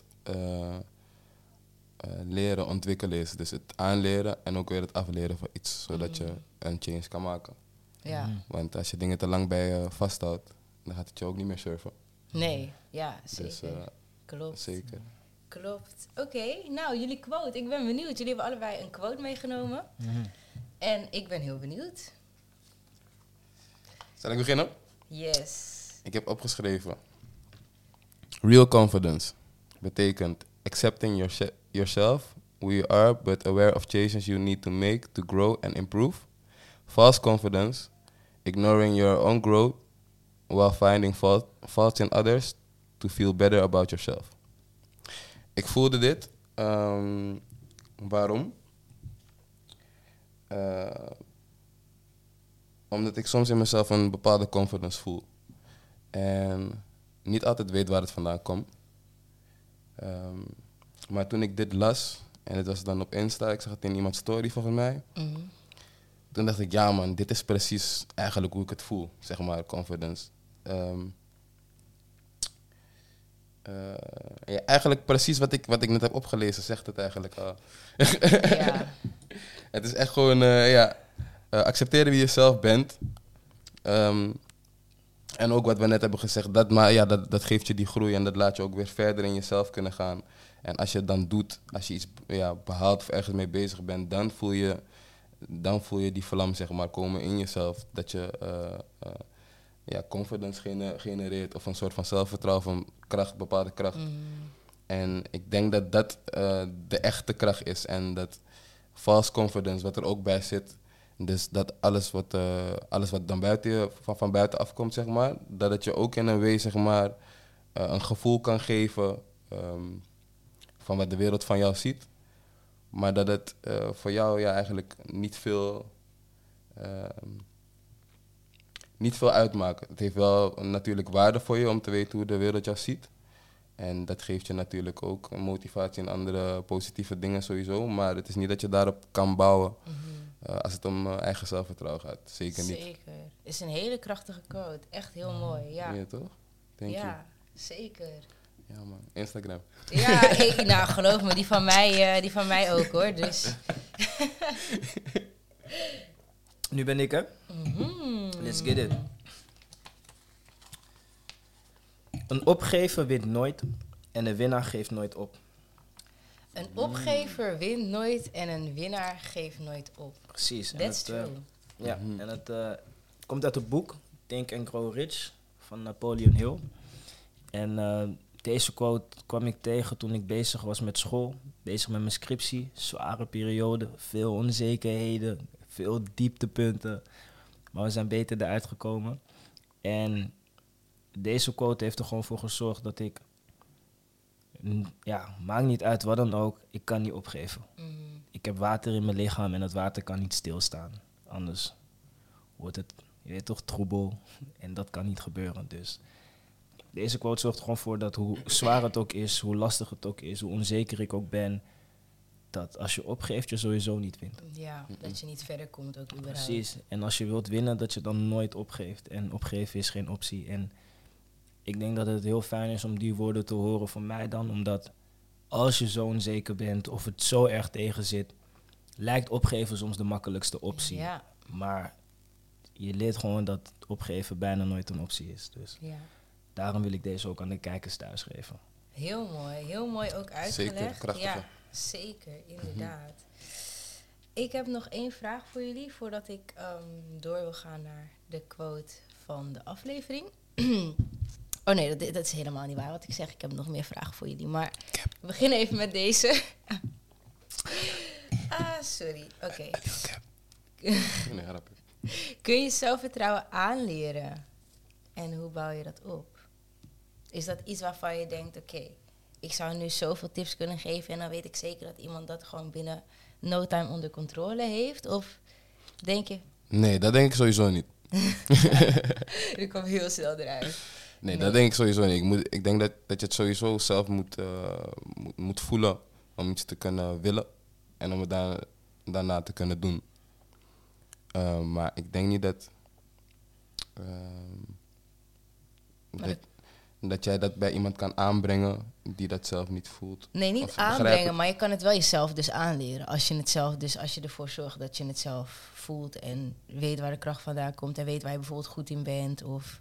leren ontwikkelen is. Dus het aanleren en ook weer het afleren van iets, zodat je een change kan maken. Ja. Want als je dingen te lang bij je vasthoudt, dan gaat het je ook niet meer surfen. Nee, ja, zeker. Dus Klopt. zeker. Klopt. Oké, nou, jullie quote. Ik ben benieuwd. Jullie hebben allebei een quote meegenomen. En ik ben heel benieuwd. Zal ik beginnen? Yes. Ik heb opgeschreven. Real confidence betekent accepting yourself, who you are, but aware of changes you need to make to grow and improve. False confidence, ignoring your own growth while finding faults in others to feel better about yourself. Ik voelde dit. Waarom? Omdat ik soms in mezelf een bepaalde confidence voel. En niet altijd weet waar het vandaan komt. Maar toen ik dit las, en het was dan op Insta, ik zag het in iemands story volgens mij. Toen dacht ik, ja man, dit is precies eigenlijk hoe ik het voel, zeg maar, confidence. Ja, eigenlijk precies wat ik net heb opgelezen, zegt het eigenlijk al. Ja. Het is echt gewoon, accepteren wie je zelf bent. En ook wat we net hebben gezegd, dat geeft je die groei en dat laat je ook weer verder in jezelf kunnen gaan. En als je het dan doet, als je iets behaalt of ergens mee bezig bent, dan voel je die vlam, zeg maar, komen in jezelf. Dat je confidence genereert of een soort van zelfvertrouwen, van kracht, bepaalde kracht. En ik denk dat dat de echte kracht is. En dat false confidence, wat er ook bij zit, dus dat alles wat dan van buiten afkomt, zeg maar, dat het je ook in een way, zeg maar, een gevoel kan geven van wat de wereld van jou ziet. Maar dat het voor jou eigenlijk niet veel uitmaakt. Het heeft wel natuurlijk waarde voor je om te weten hoe de wereld jou ziet. En dat geeft je natuurlijk ook een motivatie in andere positieve dingen sowieso. Maar het is niet dat je daarop kan bouwen als het om eigen zelfvertrouwen gaat. Zeker niet. Zeker. Is een hele krachtige quote. Echt heel mooi. Ja, Ja, toch? Thank you. Zeker. Ja man, Instagram. Ja, nou geloof me, die van mij ook hoor. Dus Nu ben ik, hè? Let's get it. Een opgever wint nooit en een winnaar geeft nooit op. Een opgever wint nooit en een winnaar geeft nooit op. Precies. That's true. Ja, en het komt uit het boek Think and Grow Rich van Napoleon Hill. En deze quote kwam ik tegen toen ik bezig was met school. Bezig met mijn scriptie. Zware periode, veel onzekerheden, veel dieptepunten. Maar we zijn beter eruit gekomen. En deze quote heeft er gewoon voor gezorgd dat ik... Ja, maakt niet uit wat dan ook. Ik kan niet opgeven. Ik heb water in mijn lichaam en dat water kan niet stilstaan. Anders wordt het, je weet toch, troebel. En dat kan niet gebeuren. Dus deze quote zorgt er gewoon voor dat hoe zwaar het ook is, hoe lastig het ook is, hoe onzeker ik ook ben, dat als je opgeeft, je sowieso niet wint. Ja, dat je niet verder komt ook überhaupt. Precies. En als je wilt winnen, dat je dan nooit opgeeft. En opgeven is geen optie. En ik denk dat het heel fijn is om die woorden te horen van mij dan. Omdat als je zo onzeker bent of het zo erg tegen zit, lijkt opgeven soms de makkelijkste optie. Ja. Maar je leert gewoon dat opgeven bijna nooit een optie is. Dus Ja. daarom wil ik deze ook aan de kijkers thuis geven. Heel mooi ook uitgelegd. Zeker, krachtig. Ja, zeker, inderdaad. Ik heb nog 1 vraag voor jullie voordat ik door wil gaan naar de quote van de aflevering. Oh nee, dat is helemaal niet waar wat ik zeg. Ik heb nog meer vragen voor jullie. Maar we beginnen even met deze. Sorry. Oké. Nee, grapje. Kun je zelfvertrouwen aanleren? En hoe bouw je dat op? Is dat iets waarvan je denkt, oké, ik zou nu zoveel tips kunnen geven en dan weet ik zeker dat iemand dat gewoon binnen no time onder controle heeft? Of denk je... Nee, dat denk ik sowieso niet. Dat kwam heel snel eruit. Nee, dat denk ik sowieso niet. Ik denk dat je het sowieso zelf moet voelen om iets te kunnen willen en om het daarna te kunnen doen. Maar ik denk niet dat jij dat bij iemand kan aanbrengen die dat zelf niet voelt. Nee, niet Of aanbrengen, begrijpen. maar je kan het wel jezelf dus aanleren. Als je ervoor zorgt dat je het zelf voelt en weet waar de kracht vandaan komt en weet waar je bijvoorbeeld goed in bent. Of...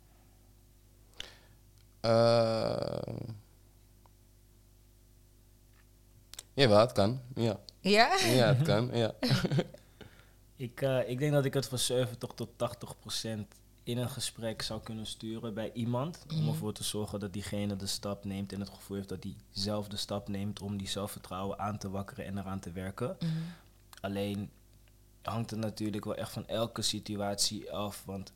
Jawel, het kan. Ja, Ja? ja het kan. Ja. Ik denk dat ik het voor 70 tot 80% in een gesprek zou kunnen sturen bij iemand. Om ervoor te zorgen dat diegene de stap neemt en het gevoel heeft dat hij zelf de stap neemt om die zelfvertrouwen aan te wakkeren en eraan te werken. Alleen hangt het natuurlijk wel echt van elke situatie af. Want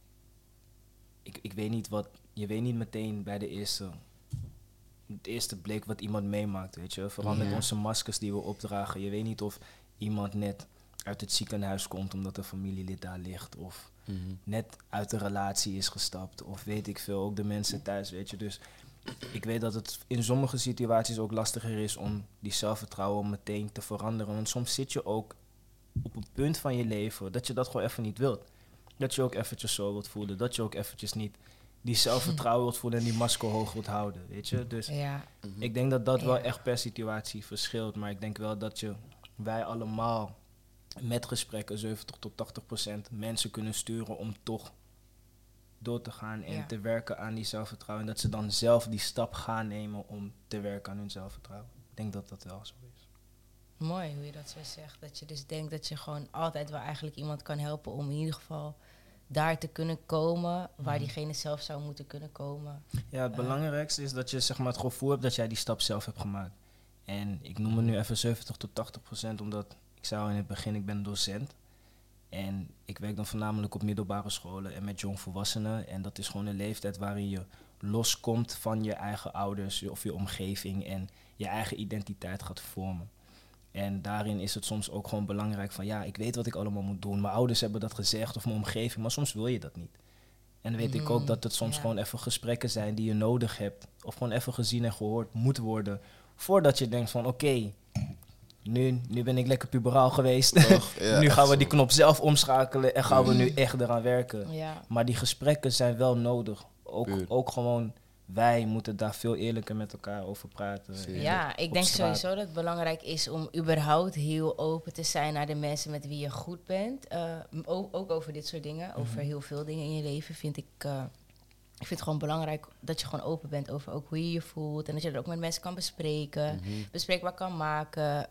ik weet niet je weet niet meteen bij het eerste blik wat iemand meemaakt, weet je. Vooral met onze maskers die we opdragen. Je weet niet of iemand net uit het ziekenhuis komt omdat een familielid daar ligt. Of net uit de relatie is gestapt. Of weet ik veel, ook de mensen thuis, weet je. Dus ik weet dat het in sommige situaties ook lastiger is om die zelfvertrouwen meteen te veranderen. Want soms zit je ook op een punt van je leven dat je dat gewoon even niet wilt. Dat je ook eventjes zo wilt voelen. Dat je ook eventjes niet die zelfvertrouwen wilt voelen en die masker hoog wilt houden, weet je. Dus Ja. ik denk dat wel echt per situatie verschilt. Maar ik denk wel dat wij allemaal met gesprekken 70 tot 80% mensen kunnen sturen om toch door te gaan en te werken aan die zelfvertrouwen. En dat ze dan zelf die stap gaan nemen om te werken aan hun zelfvertrouwen. Ik denk dat dat wel zo is. Mooi hoe je dat zo zegt. Dat je dus denkt dat je gewoon altijd wel eigenlijk iemand kan helpen om in ieder geval daar te kunnen komen waar diegene zelf zou moeten kunnen komen. Ja, het belangrijkste is dat je zeg maar het gevoel hebt dat jij die stap zelf hebt gemaakt. En ik noem het nu even 70 tot 80%, omdat ik zei al in het begin, ik ben docent. En ik werk dan voornamelijk op middelbare scholen en met jongvolwassenen. En dat is gewoon een leeftijd waarin je loskomt van je eigen ouders of je omgeving en je eigen identiteit gaat vormen. En daarin is het soms ook gewoon belangrijk van, ja, ik weet wat ik allemaal moet doen. Mijn ouders hebben dat gezegd of mijn omgeving, maar soms wil je dat niet. En dan weet ik ook dat het soms gewoon even gesprekken zijn die je nodig hebt. Of gewoon even gezien en gehoord moet worden. Voordat je denkt van, oké, nu ben ik lekker puberaal geweest. Ja, nu gaan we zo. die knop zelf omschakelen en gaan we nu echt eraan werken. Ja. Maar die gesprekken zijn wel nodig. Ook gewoon wij moeten daar veel eerlijker met elkaar over praten. Ja, ik denk sowieso dat het belangrijk is om überhaupt heel open te zijn naar de mensen met wie je goed bent. Ook over dit soort dingen, over heel veel dingen in je leven vind ik... Ik vind het gewoon belangrijk dat je gewoon open bent over ook hoe je je voelt. En dat je dat ook met mensen kan bespreken. Bespreekbaar kan maken.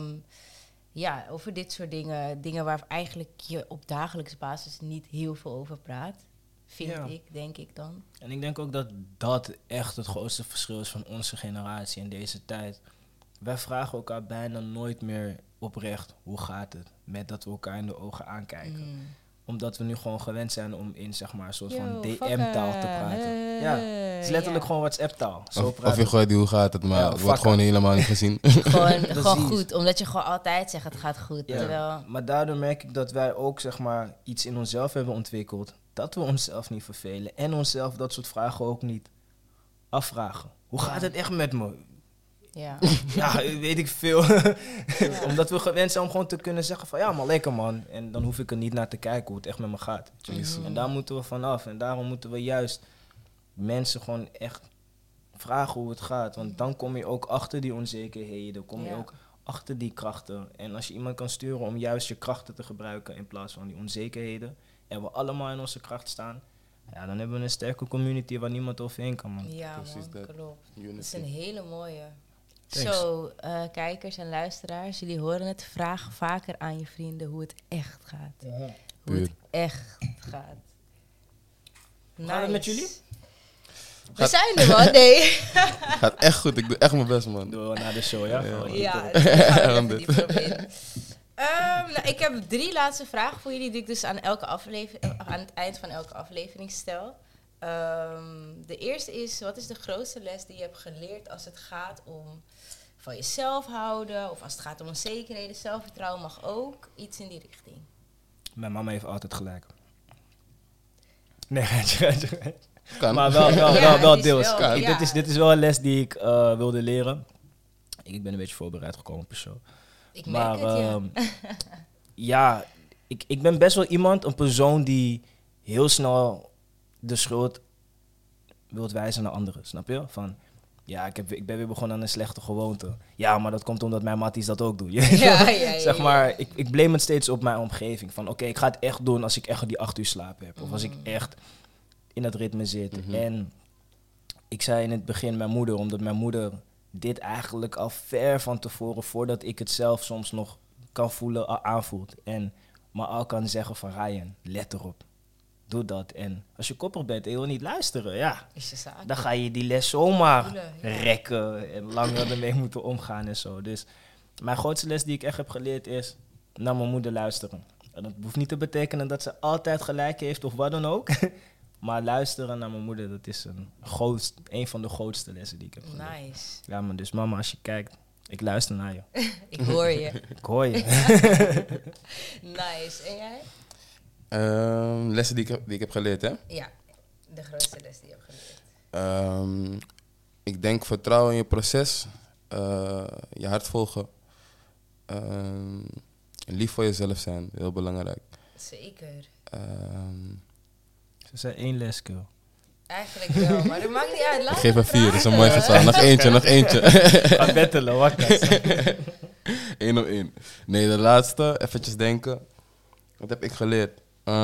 Ja, over dit soort dingen. Dingen waar eigenlijk je op dagelijkse basis niet heel veel over praat. Denk ik dan. En ik denk ook dat dat echt het grootste verschil is van onze generatie in deze tijd. Wij vragen elkaar bijna nooit meer oprecht, hoe gaat het? Met dat we elkaar in de ogen aankijken. Omdat we nu gewoon gewend zijn om in, zeg maar, een soort van DM-taal te praten. Ja, het is letterlijk gewoon WhatsApp-taal. Of je gooit die hoe gaat het, maar het wordt gewoon helemaal niet gezien. Gewoon goed, omdat je gewoon altijd zegt het gaat goed. Ja. Terwijl... Maar daardoor merk ik dat wij ook, zeg maar, iets in onszelf hebben ontwikkeld. Dat we onszelf niet vervelen. En onszelf dat soort vragen ook niet afvragen. Hoe gaat het echt met me? Ja. Ja, weet ik veel. Omdat we gewend zijn om gewoon te kunnen zeggen van... ja, maar lekker man. En dan hoef ik er niet naar te kijken hoe het echt met me gaat. En daar moeten we vanaf. En daarom moeten we juist mensen gewoon echt vragen hoe het gaat. Want dan kom je ook achter die onzekerheden. Kom je ook achter die krachten. En als je iemand kan sturen om juist je krachten te gebruiken... in plaats van die onzekerheden... en we allemaal in onze kracht staan... ja, dan hebben we een sterke community waar niemand overheen kan, man. Ja, precies, man, klopt. Unity. Dat is een hele mooie... Thanks. Zo, kijkers en luisteraars, jullie horen het. Vraag vaker aan je vrienden hoe het echt gaat. Hoe het echt gaat. Nice. Gaat het met jullie? We zijn er, man. Nee. Gaat echt goed, ik doe echt mijn best, man. Door naar de show, ja? Ja, daar gaan we even dieper op in. Nou, ik heb 3 laatste vragen voor jullie die ik dus aan het eind van elke aflevering stel. De eerste is, wat is de grootste les die je hebt geleerd als het gaat om van jezelf houden, of als het gaat om onzekerheden, zelfvertrouwen mag ook, iets in die richting? Mijn mama heeft altijd gelijk. Nee, geintje. Kan. Maar wel deels. Wel, Dit is wel een les die ik wilde leren. Ik ben een beetje voorbereid gekomen per show. Ik merk het, ja, ik ben best wel een persoon die heel snel de schuld wilt wijzen naar anderen, snap je? Van, ja, ik ben weer begonnen aan een slechte gewoonte. Ja, maar dat komt omdat mijn matties dat ook doen. Zeg maar, ik blame het steeds op mijn omgeving. Van, oké, ik ga het echt doen als ik echt die 8 uur slaap heb. Of als ik echt in dat ritme zit. En ik zei in het begin mijn moeder, omdat mijn moeder dit eigenlijk al ver van tevoren, voordat ik het zelf soms nog kan voelen, al aanvoelt. En me al kan zeggen van, Ryan, let erop. Doe dat. En als je koppig bent en je wil niet luisteren, ja, dan ga je die les zomaar rekken en langer ermee moeten omgaan en zo. Dus mijn grootste les die ik echt heb geleerd is naar mijn moeder luisteren. En dat hoeft niet te betekenen dat ze altijd gelijk heeft of wat dan ook. Maar luisteren naar mijn moeder, dat is een van de grootste lessen die ik heb geleerd. Nice. Ja, maar dus mama, als je kijkt, ik luister naar je. Ik hoor je. Ik hoor je. Nice. En jij? Lessen die ik heb geleerd, hè? Ja, de grootste les die je hebt geleerd. Ik denk vertrouwen in je proces, je hart volgen, lief voor jezelf zijn, heel belangrijk. Zeker. Ze zei 1 les, girl. Eigenlijk wel, maar dat maakt niet uit. Ik geef er 4, dat is een mooi getal. Nog eentje. Ga bettelen, wakker. 1 op 1. Nee, de laatste, eventjes denken. Wat heb ik geleerd?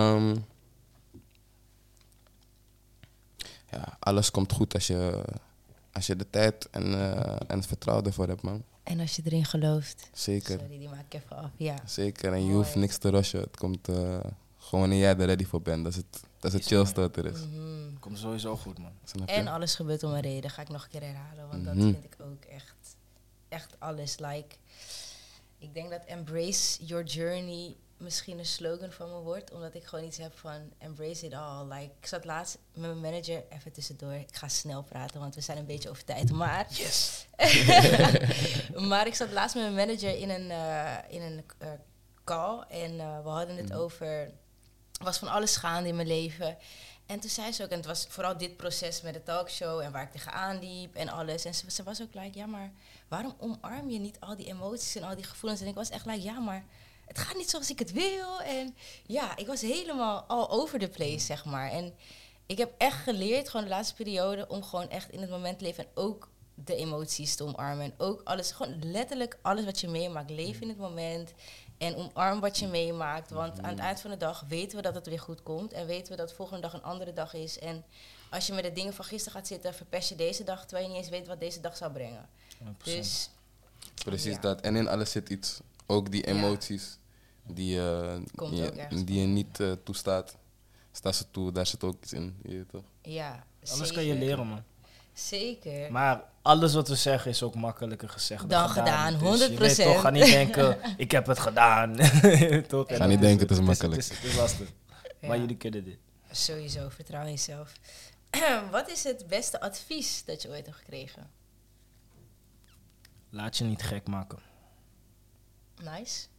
Ja, alles komt goed als je de tijd en het vertrouwen ervoor hebt, man. En als je erin gelooft. Zeker. Sorry, die maak ik even af. Ja. Zeker, en je hoeft niks te rushen. Het komt gewoon wanneer jij er ready voor bent. Dat is het chillste wat er is. Komt sowieso goed, man. Snap je? En alles gebeurt om een reden, ga ik nog een keer herhalen. Want dat vind ik ook echt alles. Like, ik denk dat embrace your journey misschien een slogan van me wordt. Omdat ik gewoon iets heb van embrace it all. Like, ik zat laatst met mijn manager, even tussendoor. Ik ga snel praten, want we zijn een beetje over tijd. Maar, Yes! maar ik zat laatst met mijn manager in een call. En we hadden het over... Er was van alles gaande in mijn leven. En toen zei ze ook, en het was vooral dit proces met de talkshow en waar ik tegenaan liep en alles. En ze was ook like, ja, maar waarom omarm je niet al die emoties en al die gevoelens? En ik was echt like, ja, maar het gaat niet zoals ik het wil. En ja, ik was helemaal all over the place, zeg maar. En ik heb echt geleerd, gewoon de laatste periode, om gewoon echt in het moment te leven en ook de emoties te omarmen. En ook alles, gewoon letterlijk alles wat je meemaakt. Leef in het moment en omarm wat je meemaakt. Want aan het eind van de dag weten we dat het weer goed komt. En weten we dat de volgende dag een andere dag is. En als je met de dingen van gisteren gaat zitten, verpest je deze dag, terwijl je niet eens weet wat deze dag zou brengen. 100%. Dus Precies ja. dat. En in alles zit iets. Ook die emoties die, Komt die, ook ergens die je niet toestaat. Sta ze toe, daar zit ook iets in. Je weet toch? ja, Alles kan je leren, man. Zeker. Maar alles wat we zeggen is ook makkelijker gezegd Dan gedaan, Dus je 100%. weet toch, ga niet denken, ik heb het gedaan. Toch? Ga niet denken, het is Het makkelijk. Het is lastig. Ja. Maar jullie kunnen dit. Sowieso, vertrouw in jezelf. Wat is het beste advies dat je ooit hebt gekregen? Laat je niet gek maken. Nice.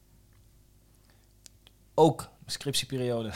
Ook scriptieperiode.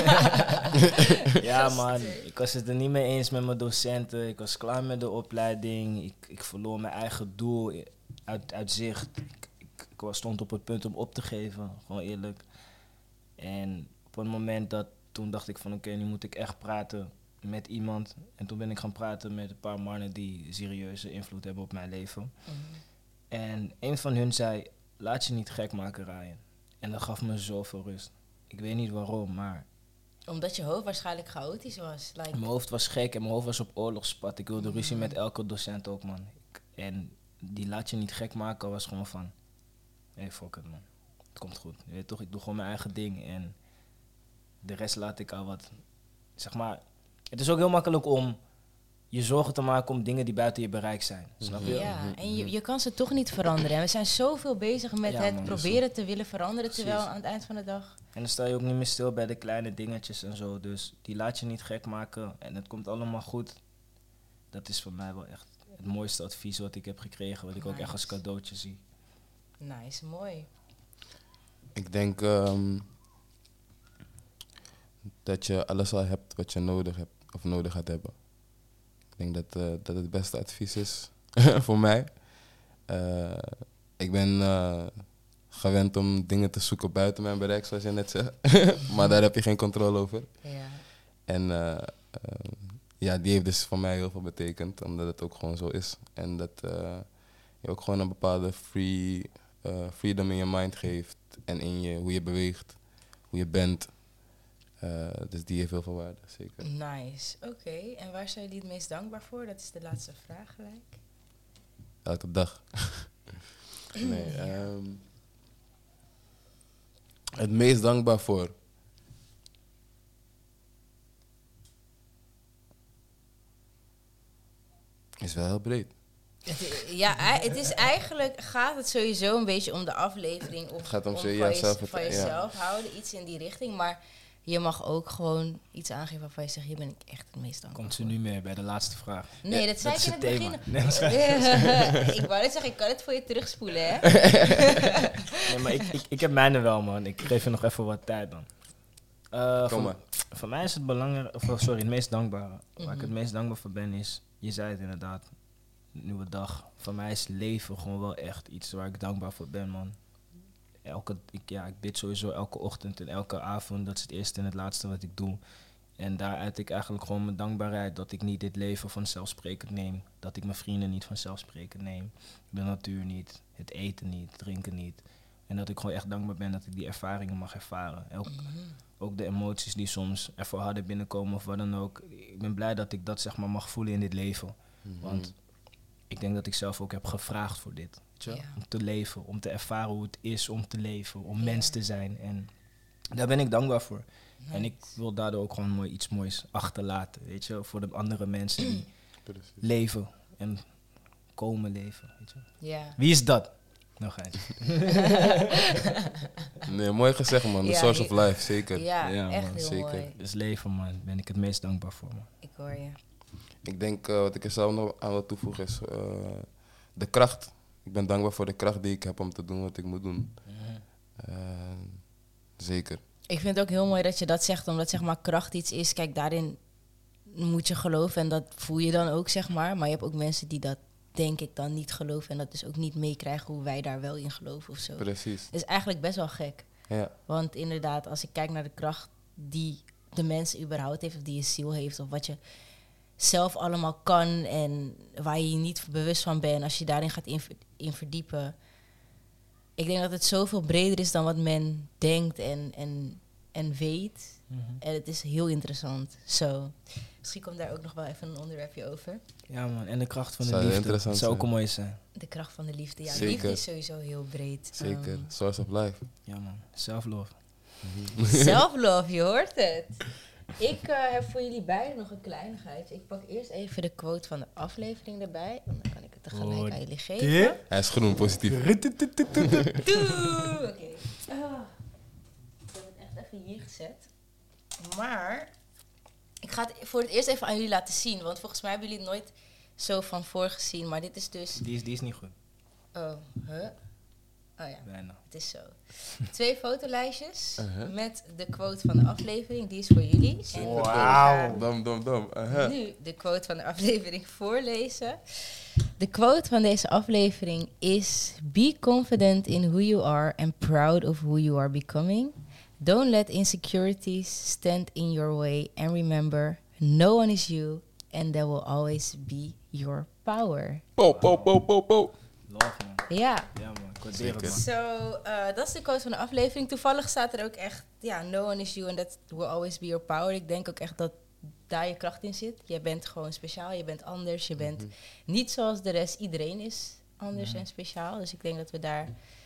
Ja man, ik was het er niet mee eens met mijn docenten. Ik was klaar met de opleiding. Ik verloor mijn eigen doel uit zicht. Ik stond op het punt om op te geven, gewoon eerlijk. En op een moment toen dacht ik van oké, nu moet ik echt praten met iemand. En toen ben ik gaan praten met een paar mannen die serieuze invloed hebben op mijn leven. En een van hun zei, laat je niet gek maken, Ryan. En dat gaf me zoveel rust. Ik weet niet waarom, maar Omdat je hoofd waarschijnlijk chaotisch was. Like, mijn hoofd was gek en mijn hoofd was op oorlogspad. Ik wilde ruzie met elke docent ook, man. En die laat je niet gek maken was gewoon van, hey, fuck it, man. Het komt goed. Je weet toch, ik doe gewoon mijn eigen ding en de rest laat ik al wat, zeg maar. Het is ook heel makkelijk om je zorgen te maken om dingen die buiten je bereik zijn. Snap je? ja, en je kan ze toch niet veranderen. En we zijn zoveel bezig met Ja, het man, proberen te willen veranderen, terwijl Precies. aan het eind van de dag... En dan sta je ook niet meer stil bij de kleine dingetjes en zo. Dus die laat je niet gek maken en het komt allemaal goed. Dat is voor mij wel echt het mooiste advies wat ik heb gekregen. Wat ik ook echt als cadeautje zie. Nice, mooi. Ik denk dat je alles al hebt wat je nodig hebt of nodig gaat hebben. Ik denk dat het beste advies is voor mij. Ik ben gewend om dingen te zoeken buiten mijn bereik, zoals je net zei. Maar daar heb je geen controle over. Ja. En ja, die heeft dus voor mij heel veel betekend, omdat het ook gewoon zo is. En dat je ook gewoon een bepaalde freedom in je mind geeft en in hoe je beweegt, hoe je bent. Dus die heeft heel veel waarde, zeker. Nice, oké. En waar zijn jullie het meest dankbaar voor? Dat is de laatste vraag gelijk. Elke dag. Nee, het meest dankbaar voor. Is wel heel breed. Het is eigenlijk, gaat het sowieso een beetje om de aflevering. Of Het gaat om van jezelf houden, iets in die richting. Maar je mag ook gewoon iets aangeven waarvan je zegt, hier ben ik echt het meest dankbaar Komt ze voor. nu mee bij de laatste vraag? Nee, dat zei dat ik is in het het thema. begin. Nee, Ik wou net zeggen, ik kan het voor je terugspoelen, hè? Nee, maar ik heb mijne wel, man. Ik geef je nog even wat tijd dan. Kom maar. Voor mij is het het meest dankbare. Waar ik het meest dankbaar voor ben is, je zei het inderdaad, nieuwe dag. Voor mij is leven gewoon wel echt iets waar ik dankbaar voor ben, man. Ik bid sowieso elke ochtend en elke avond. Dat is het eerste en het laatste wat ik doe. En daar uit ik eigenlijk gewoon mijn dankbaarheid dat ik niet dit leven vanzelfsprekend neem. Dat ik mijn vrienden niet vanzelfsprekend neem. De natuur niet, het eten niet, drinken niet. En dat ik gewoon echt dankbaar ben dat ik die ervaringen mag ervaren. Ook de emoties die soms ervoor harder binnenkomen of wat dan ook. Ik ben blij dat ik dat zeg maar mag voelen in dit leven. Want ik denk dat ik zelf ook heb gevraagd voor dit. Weet je wel? Ja. Om te leven, om te ervaren hoe het is om te leven, om mens te zijn. En daar ben ik dankbaar voor. Nice. En ik wil daardoor ook gewoon iets moois achterlaten, weet je, voor de andere mensen die Precies. leven en komen leven, weet je. Ja. Wie is dat? Nou ga je. Nee, mooi gezegd, man. The Ja, source of life, zeker. Ja, Ja, echt man, heel zeker. mooi. Dus leven, man, ben ik het meest dankbaar voor, man. Ik hoor je. Ik denk, wat ik er zelf nog aan wil toevoegen is de kracht. Ik ben dankbaar voor de kracht die ik heb om te doen wat ik moet doen. Zeker. Ik vind het ook heel mooi dat je dat zegt, omdat zeg maar kracht iets is. Kijk, daarin moet je geloven en dat voel je dan ook, zeg maar. Maar je hebt ook mensen die dat, denk ik, dan niet geloven en dat dus ook niet meekrijgen hoe wij daar wel in geloven of zo. Precies. Dat is eigenlijk best wel gek. Ja. Want inderdaad, als ik kijk naar de kracht die de mensen überhaupt heeft, of die je ziel heeft, of wat je zelf allemaal kan en waar je je niet bewust van bent als je daarin gaat in verdiepen. Ik denk dat het zoveel breder is dan wat men denkt en weet. En het is heel interessant. Misschien komt daar ook nog wel even een onderwerpje over. Ja man, en de kracht van de Zou liefde. interessant Dat zou ook zijn. mooi zijn. De kracht van de liefde. Ja, Zeker. liefde is sowieso heel breed. Zeker. Source of life. Ja man, self-love. Self-love, je hoort het. Ik heb voor jullie beiden nog een kleinigheidje. Ik pak eerst even de quote van de aflevering erbij. En dan kan ik het tegelijk aan jullie geven. Hij is groen, positief. Doe! Oké. Ik heb het echt even hier gezet. Maar ik ga het voor het eerst even aan jullie laten zien. Want volgens mij hebben jullie het nooit zo van voor gezien. Maar dit is dus... Die is niet goed. Oh, huh? Oh ja, Bijna. het is zo. 2 fotolijstjes Uh-huh. met de quote van de aflevering. Die is voor jullie. En Wauw. Dom. nu de quote van de aflevering voorlezen. De quote van deze aflevering is: Be confident in who you are and proud of who you are becoming. Don't let insecurities stand in your way. And remember, no one is you and there will always be your power. Po. Love man. Ja, Ja man, ik waardeer het Zeker. man. dat is de quote van de aflevering. Toevallig staat er ook echt, ja, no one is you and that will always be your power. Ik denk ook echt dat daar je kracht in zit. Je bent gewoon speciaal, je bent anders, je bent niet zoals de rest. Iedereen is anders en speciaal. Dus ik denk dat we daar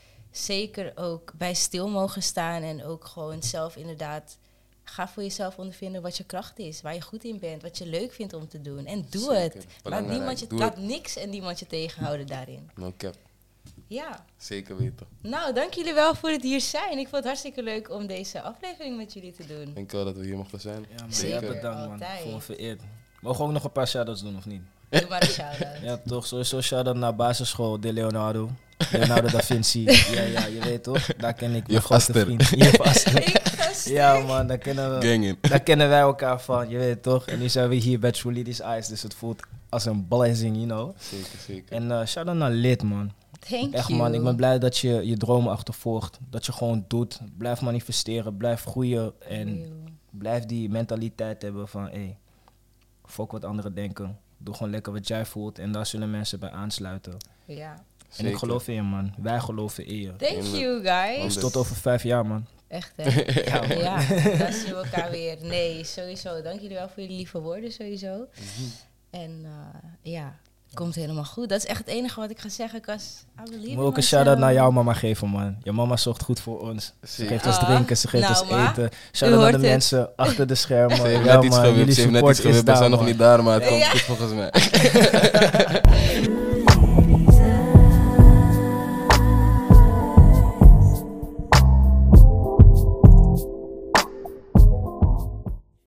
zeker ook bij stil mogen staan en ook gewoon zelf inderdaad, ga voor jezelf ondervinden wat je kracht is, waar je goed in bent, wat je leuk vindt om te doen. En doe Zeker. het. Belangrijk. Doe Laat het. niks en niemand je tegenhouden daarin. No cap. Ja. Zeker weten. Nou, dank jullie wel voor het hier zijn. Ik vond het hartstikke leuk om deze aflevering met jullie te doen. Denk wel dat we hier mochten zijn. Ja man, Zeker. ja, bedankt man. Altijd. Voor me vereerd. Mogen we ook nog een paar shout-outs doen of niet? Doe maar een shout-out. Ja toch, sowieso shout-out naar basisschool De Leonardo da Vinci. Ja, je weet toch? Daar ken ik mijn Juf grote Aster. vriend. Juf Aster. Ik ga stuk. Ja man, daar kennen we... Gang in. Daar kennen wij elkaar van, je weet toch? En nu zijn we hier bij True Ladies Eyes, dus het voelt als een blessing, you know? Zeker. En shout-out naar Lid, man. Thank Echt, you. man, ik ben blij dat je je dromen achtervolgt. Dat je gewoon doet. Blijf manifesteren, blijf groeien. En blijf die mentaliteit hebben van, hey, fuck wat anderen denken. Doe gewoon lekker wat jij voelt en daar zullen mensen bij aansluiten. Ja. En Zeker. ik geloof in je, man. Wij geloven in je. Thank you, guys. Dus tot over 5 jaar, man. Echt, hè? Ja, dan zien we elkaar weer. Nee, sowieso. Dank jullie wel voor jullie lieve woorden, sowieso. En ja, komt helemaal goed. Dat is echt het enige wat ik ga zeggen, Kas. Ik wil ook een shout-out naar jouw mama geven, man. Je mama zorgt goed voor ons. Ze Zeker. geeft ons drinken, ze geeft Nou, ons ma, eten. Shout-out naar de hoort het. mensen achter de schermen. Ze heeft Ja, net iets man, gewipt. jullie Ze heeft net support iets is gewipt. We daar, zijn nog man. niet daar, maar het komt Ja. goed volgens mij.